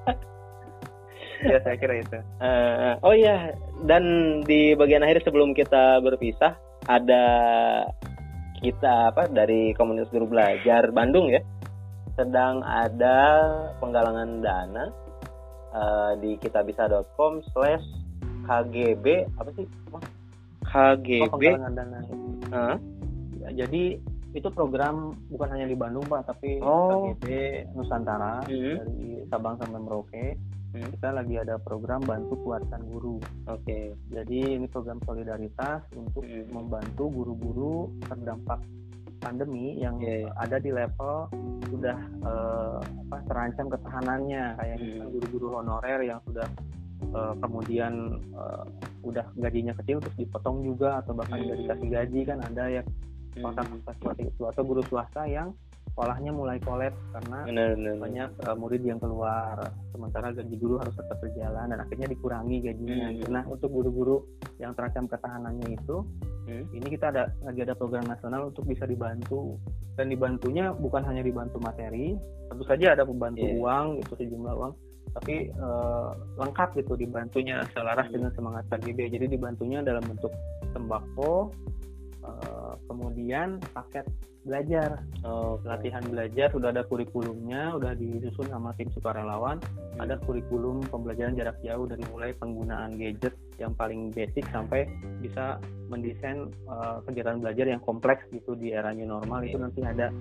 Ya saya kira itu. Uh, oh iya, dan di bagian akhir sebelum kita berpisah ada kita apa dari komunitas guru belajar Bandung ya sedang ada penggalangan dana uh, di kitabisa dot com slash K G B apa sih? K G B. Oh, penggalangan dana. Uh? Ya, jadi itu program bukan hanya di Bandung Pak, tapi oh. K G B Nusantara mm-hmm. dari Sabang sampai Merauke. Hmm. Kita lagi ada program bantu kuatkan guru. Oke. Okay. Jadi ini program solidaritas untuk hmm. membantu guru-guru terdampak pandemi yang yeah. ada di level sudah uh, apa terancam ketahanannya, kayak hmm. guru-guru honorer yang sudah uh, kemudian uh, udah gajinya kecil terus dipotong juga atau bahkan hmm. dikasih gaji kan ada ya kontrak hmm. seperti itu, atau guru swasta yang sekolahnya mulai kolaps karena benar, benar, banyak uh, murid yang keluar, sementara gaji guru harus tetap berjalan dan akhirnya dikurangi gajinya. Hmm. Nah untuk guru-guru yang terancam ketahanannya itu, hmm. ini kita ada lagi ada program nasional untuk bisa dibantu, dan dibantunya bukan hanya dibantu materi, tentu saja ada pembantu yeah. uang itu sejumlah uang, tapi uh, lengkap gitu dibantunya selaras hmm. dengan semangat K G B. Jadi dibantunya dalam bentuk sembako, uh, kemudian paket belajar, oh, latihan belajar, sudah ada kurikulumnya, udah disusun sama tim sukarelawan. Hmm. Ada kurikulum pembelajaran jarak jauh dari mulai penggunaan gadget yang paling basic sampai bisa mendesain uh, kegiatan belajar yang kompleks gitu di era new normal. Okay. Itu nanti ada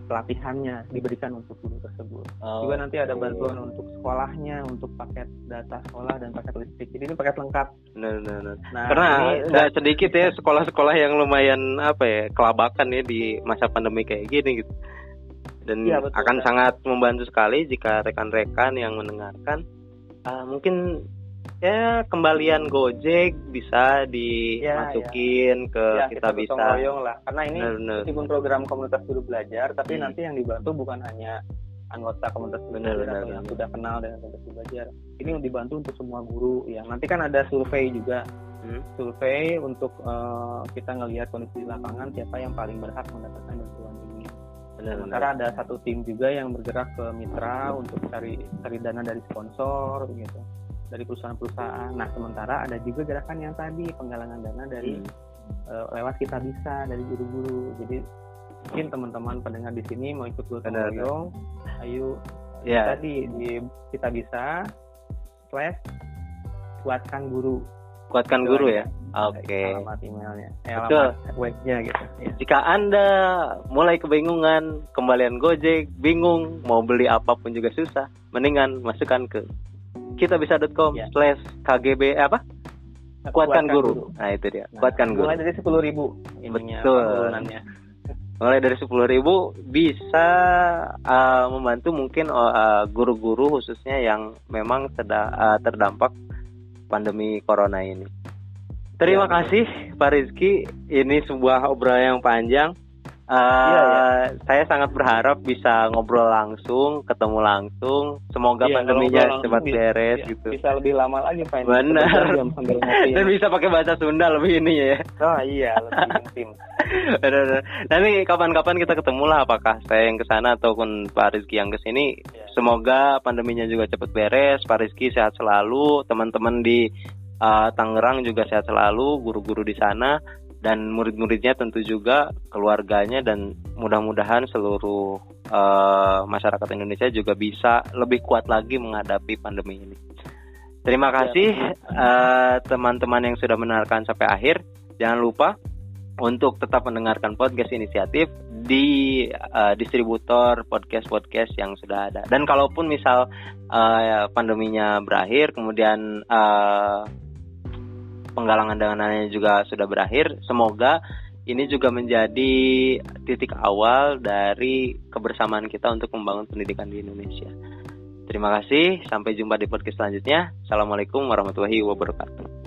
pelatihannya diberikan untuk guru tersebut. Oh, juga nanti ada bantuan untuk sekolahnya, untuk paket data sekolah dan paket listrik. Jadi ini paket lengkap. Benar, benar. Nah, karena nggak sedikit ya sekolah-sekolah yang lumayan apa ya kelabakan ya di masa pandemi kayak gini gitu. Dan ya, betul, akan kan? Sangat membantu sekali jika rekan-rekan yang mendengarkan uh, mungkin ya kembalian Gojek bisa dimasukin ya, ya. ke ya, kita, kita bisa lah. Karena ini meskipun program komunitas guru belajar tapi hmm. nanti yang dibantu bukan hanya anggota komunitas guru belajar bener, atau bener. yang sudah kenal dengan komunitas guru belajar. Ini dibantu untuk semua guru ya. Nanti kan ada survei juga. Hmm. Survei untuk uh, kita ngelihat kondisi di lapangan siapa yang paling berhak mendapatkan bantuan ini. Sementara ada satu tim juga yang bergerak ke mitra hmm. untuk cari cari dana dari sponsor gitu. Dari perusahaan-perusahaan. Nah, sementara ada juga gerakan yang tadi penggalangan dana dari hmm. uh, lewat Kita Bisa dari guru-guru. Jadi mungkin teman-teman pendengar di sini mau ikut gotong royong, ayo yeah. tadi di Kita Bisa slash kuatkan guru. Kuatkan guru ya. Oke. Okay. Alamat emailnya, eh, alamat webnya gitu. Ya. Jika Anda mulai kebingungan, kembalian Gojek, bingung mau beli apapun juga susah, mendingan masukkan ke kitabisa dot com ya. slash kgb apa kuatkan, kuatkan guru. guru nah itu dia nah, kuatkan mulai guru mulai dari sepuluh ribu betul mulai dari sepuluh ribu bisa uh, membantu mungkin uh, guru-guru khususnya yang memang sedang uh, terdampak pandemi corona ini. Terima ya, kasih betul. Pak Rizky, ini sebuah obrolan yang panjang. Uh, iya, iya. Saya sangat berharap bisa ngobrol langsung, ketemu langsung. Semoga iya, pandeminya cepat beres bisa, gitu. Bisa lebih lama lagi Pak. Benar. Dan bisa pakai bahasa Sunda lebih ini ya. Oh iya, lebih intim. Nanti kapan-kapan kita ketemu lah, apakah saya yang kesana ataupun Pak Rizky yang kesini. Iya. Semoga pandeminya juga cepat beres. Pak Rizky sehat selalu. Teman-teman di uh, Tangerang juga sehat selalu. Guru-guru di sana. Dan murid-muridnya tentu juga, keluarganya, dan mudah-mudahan seluruh uh, masyarakat Indonesia juga bisa lebih kuat lagi menghadapi pandemi ini. Terima kasih uh, teman-teman yang sudah mendengarkan sampai akhir. Jangan lupa untuk tetap mendengarkan podcast inisiatif di uh, distributor podcast-podcast yang sudah ada. Dan kalaupun misal uh, pandeminya berakhir, kemudian uh, penggalangan dananya juga sudah berakhir. Semoga ini juga menjadi titik awal dari kebersamaan kita untuk membangun pendidikan di Indonesia. Terima kasih, sampai jumpa di podcast selanjutnya. Assalamualaikum warahmatullahi wabarakatuh.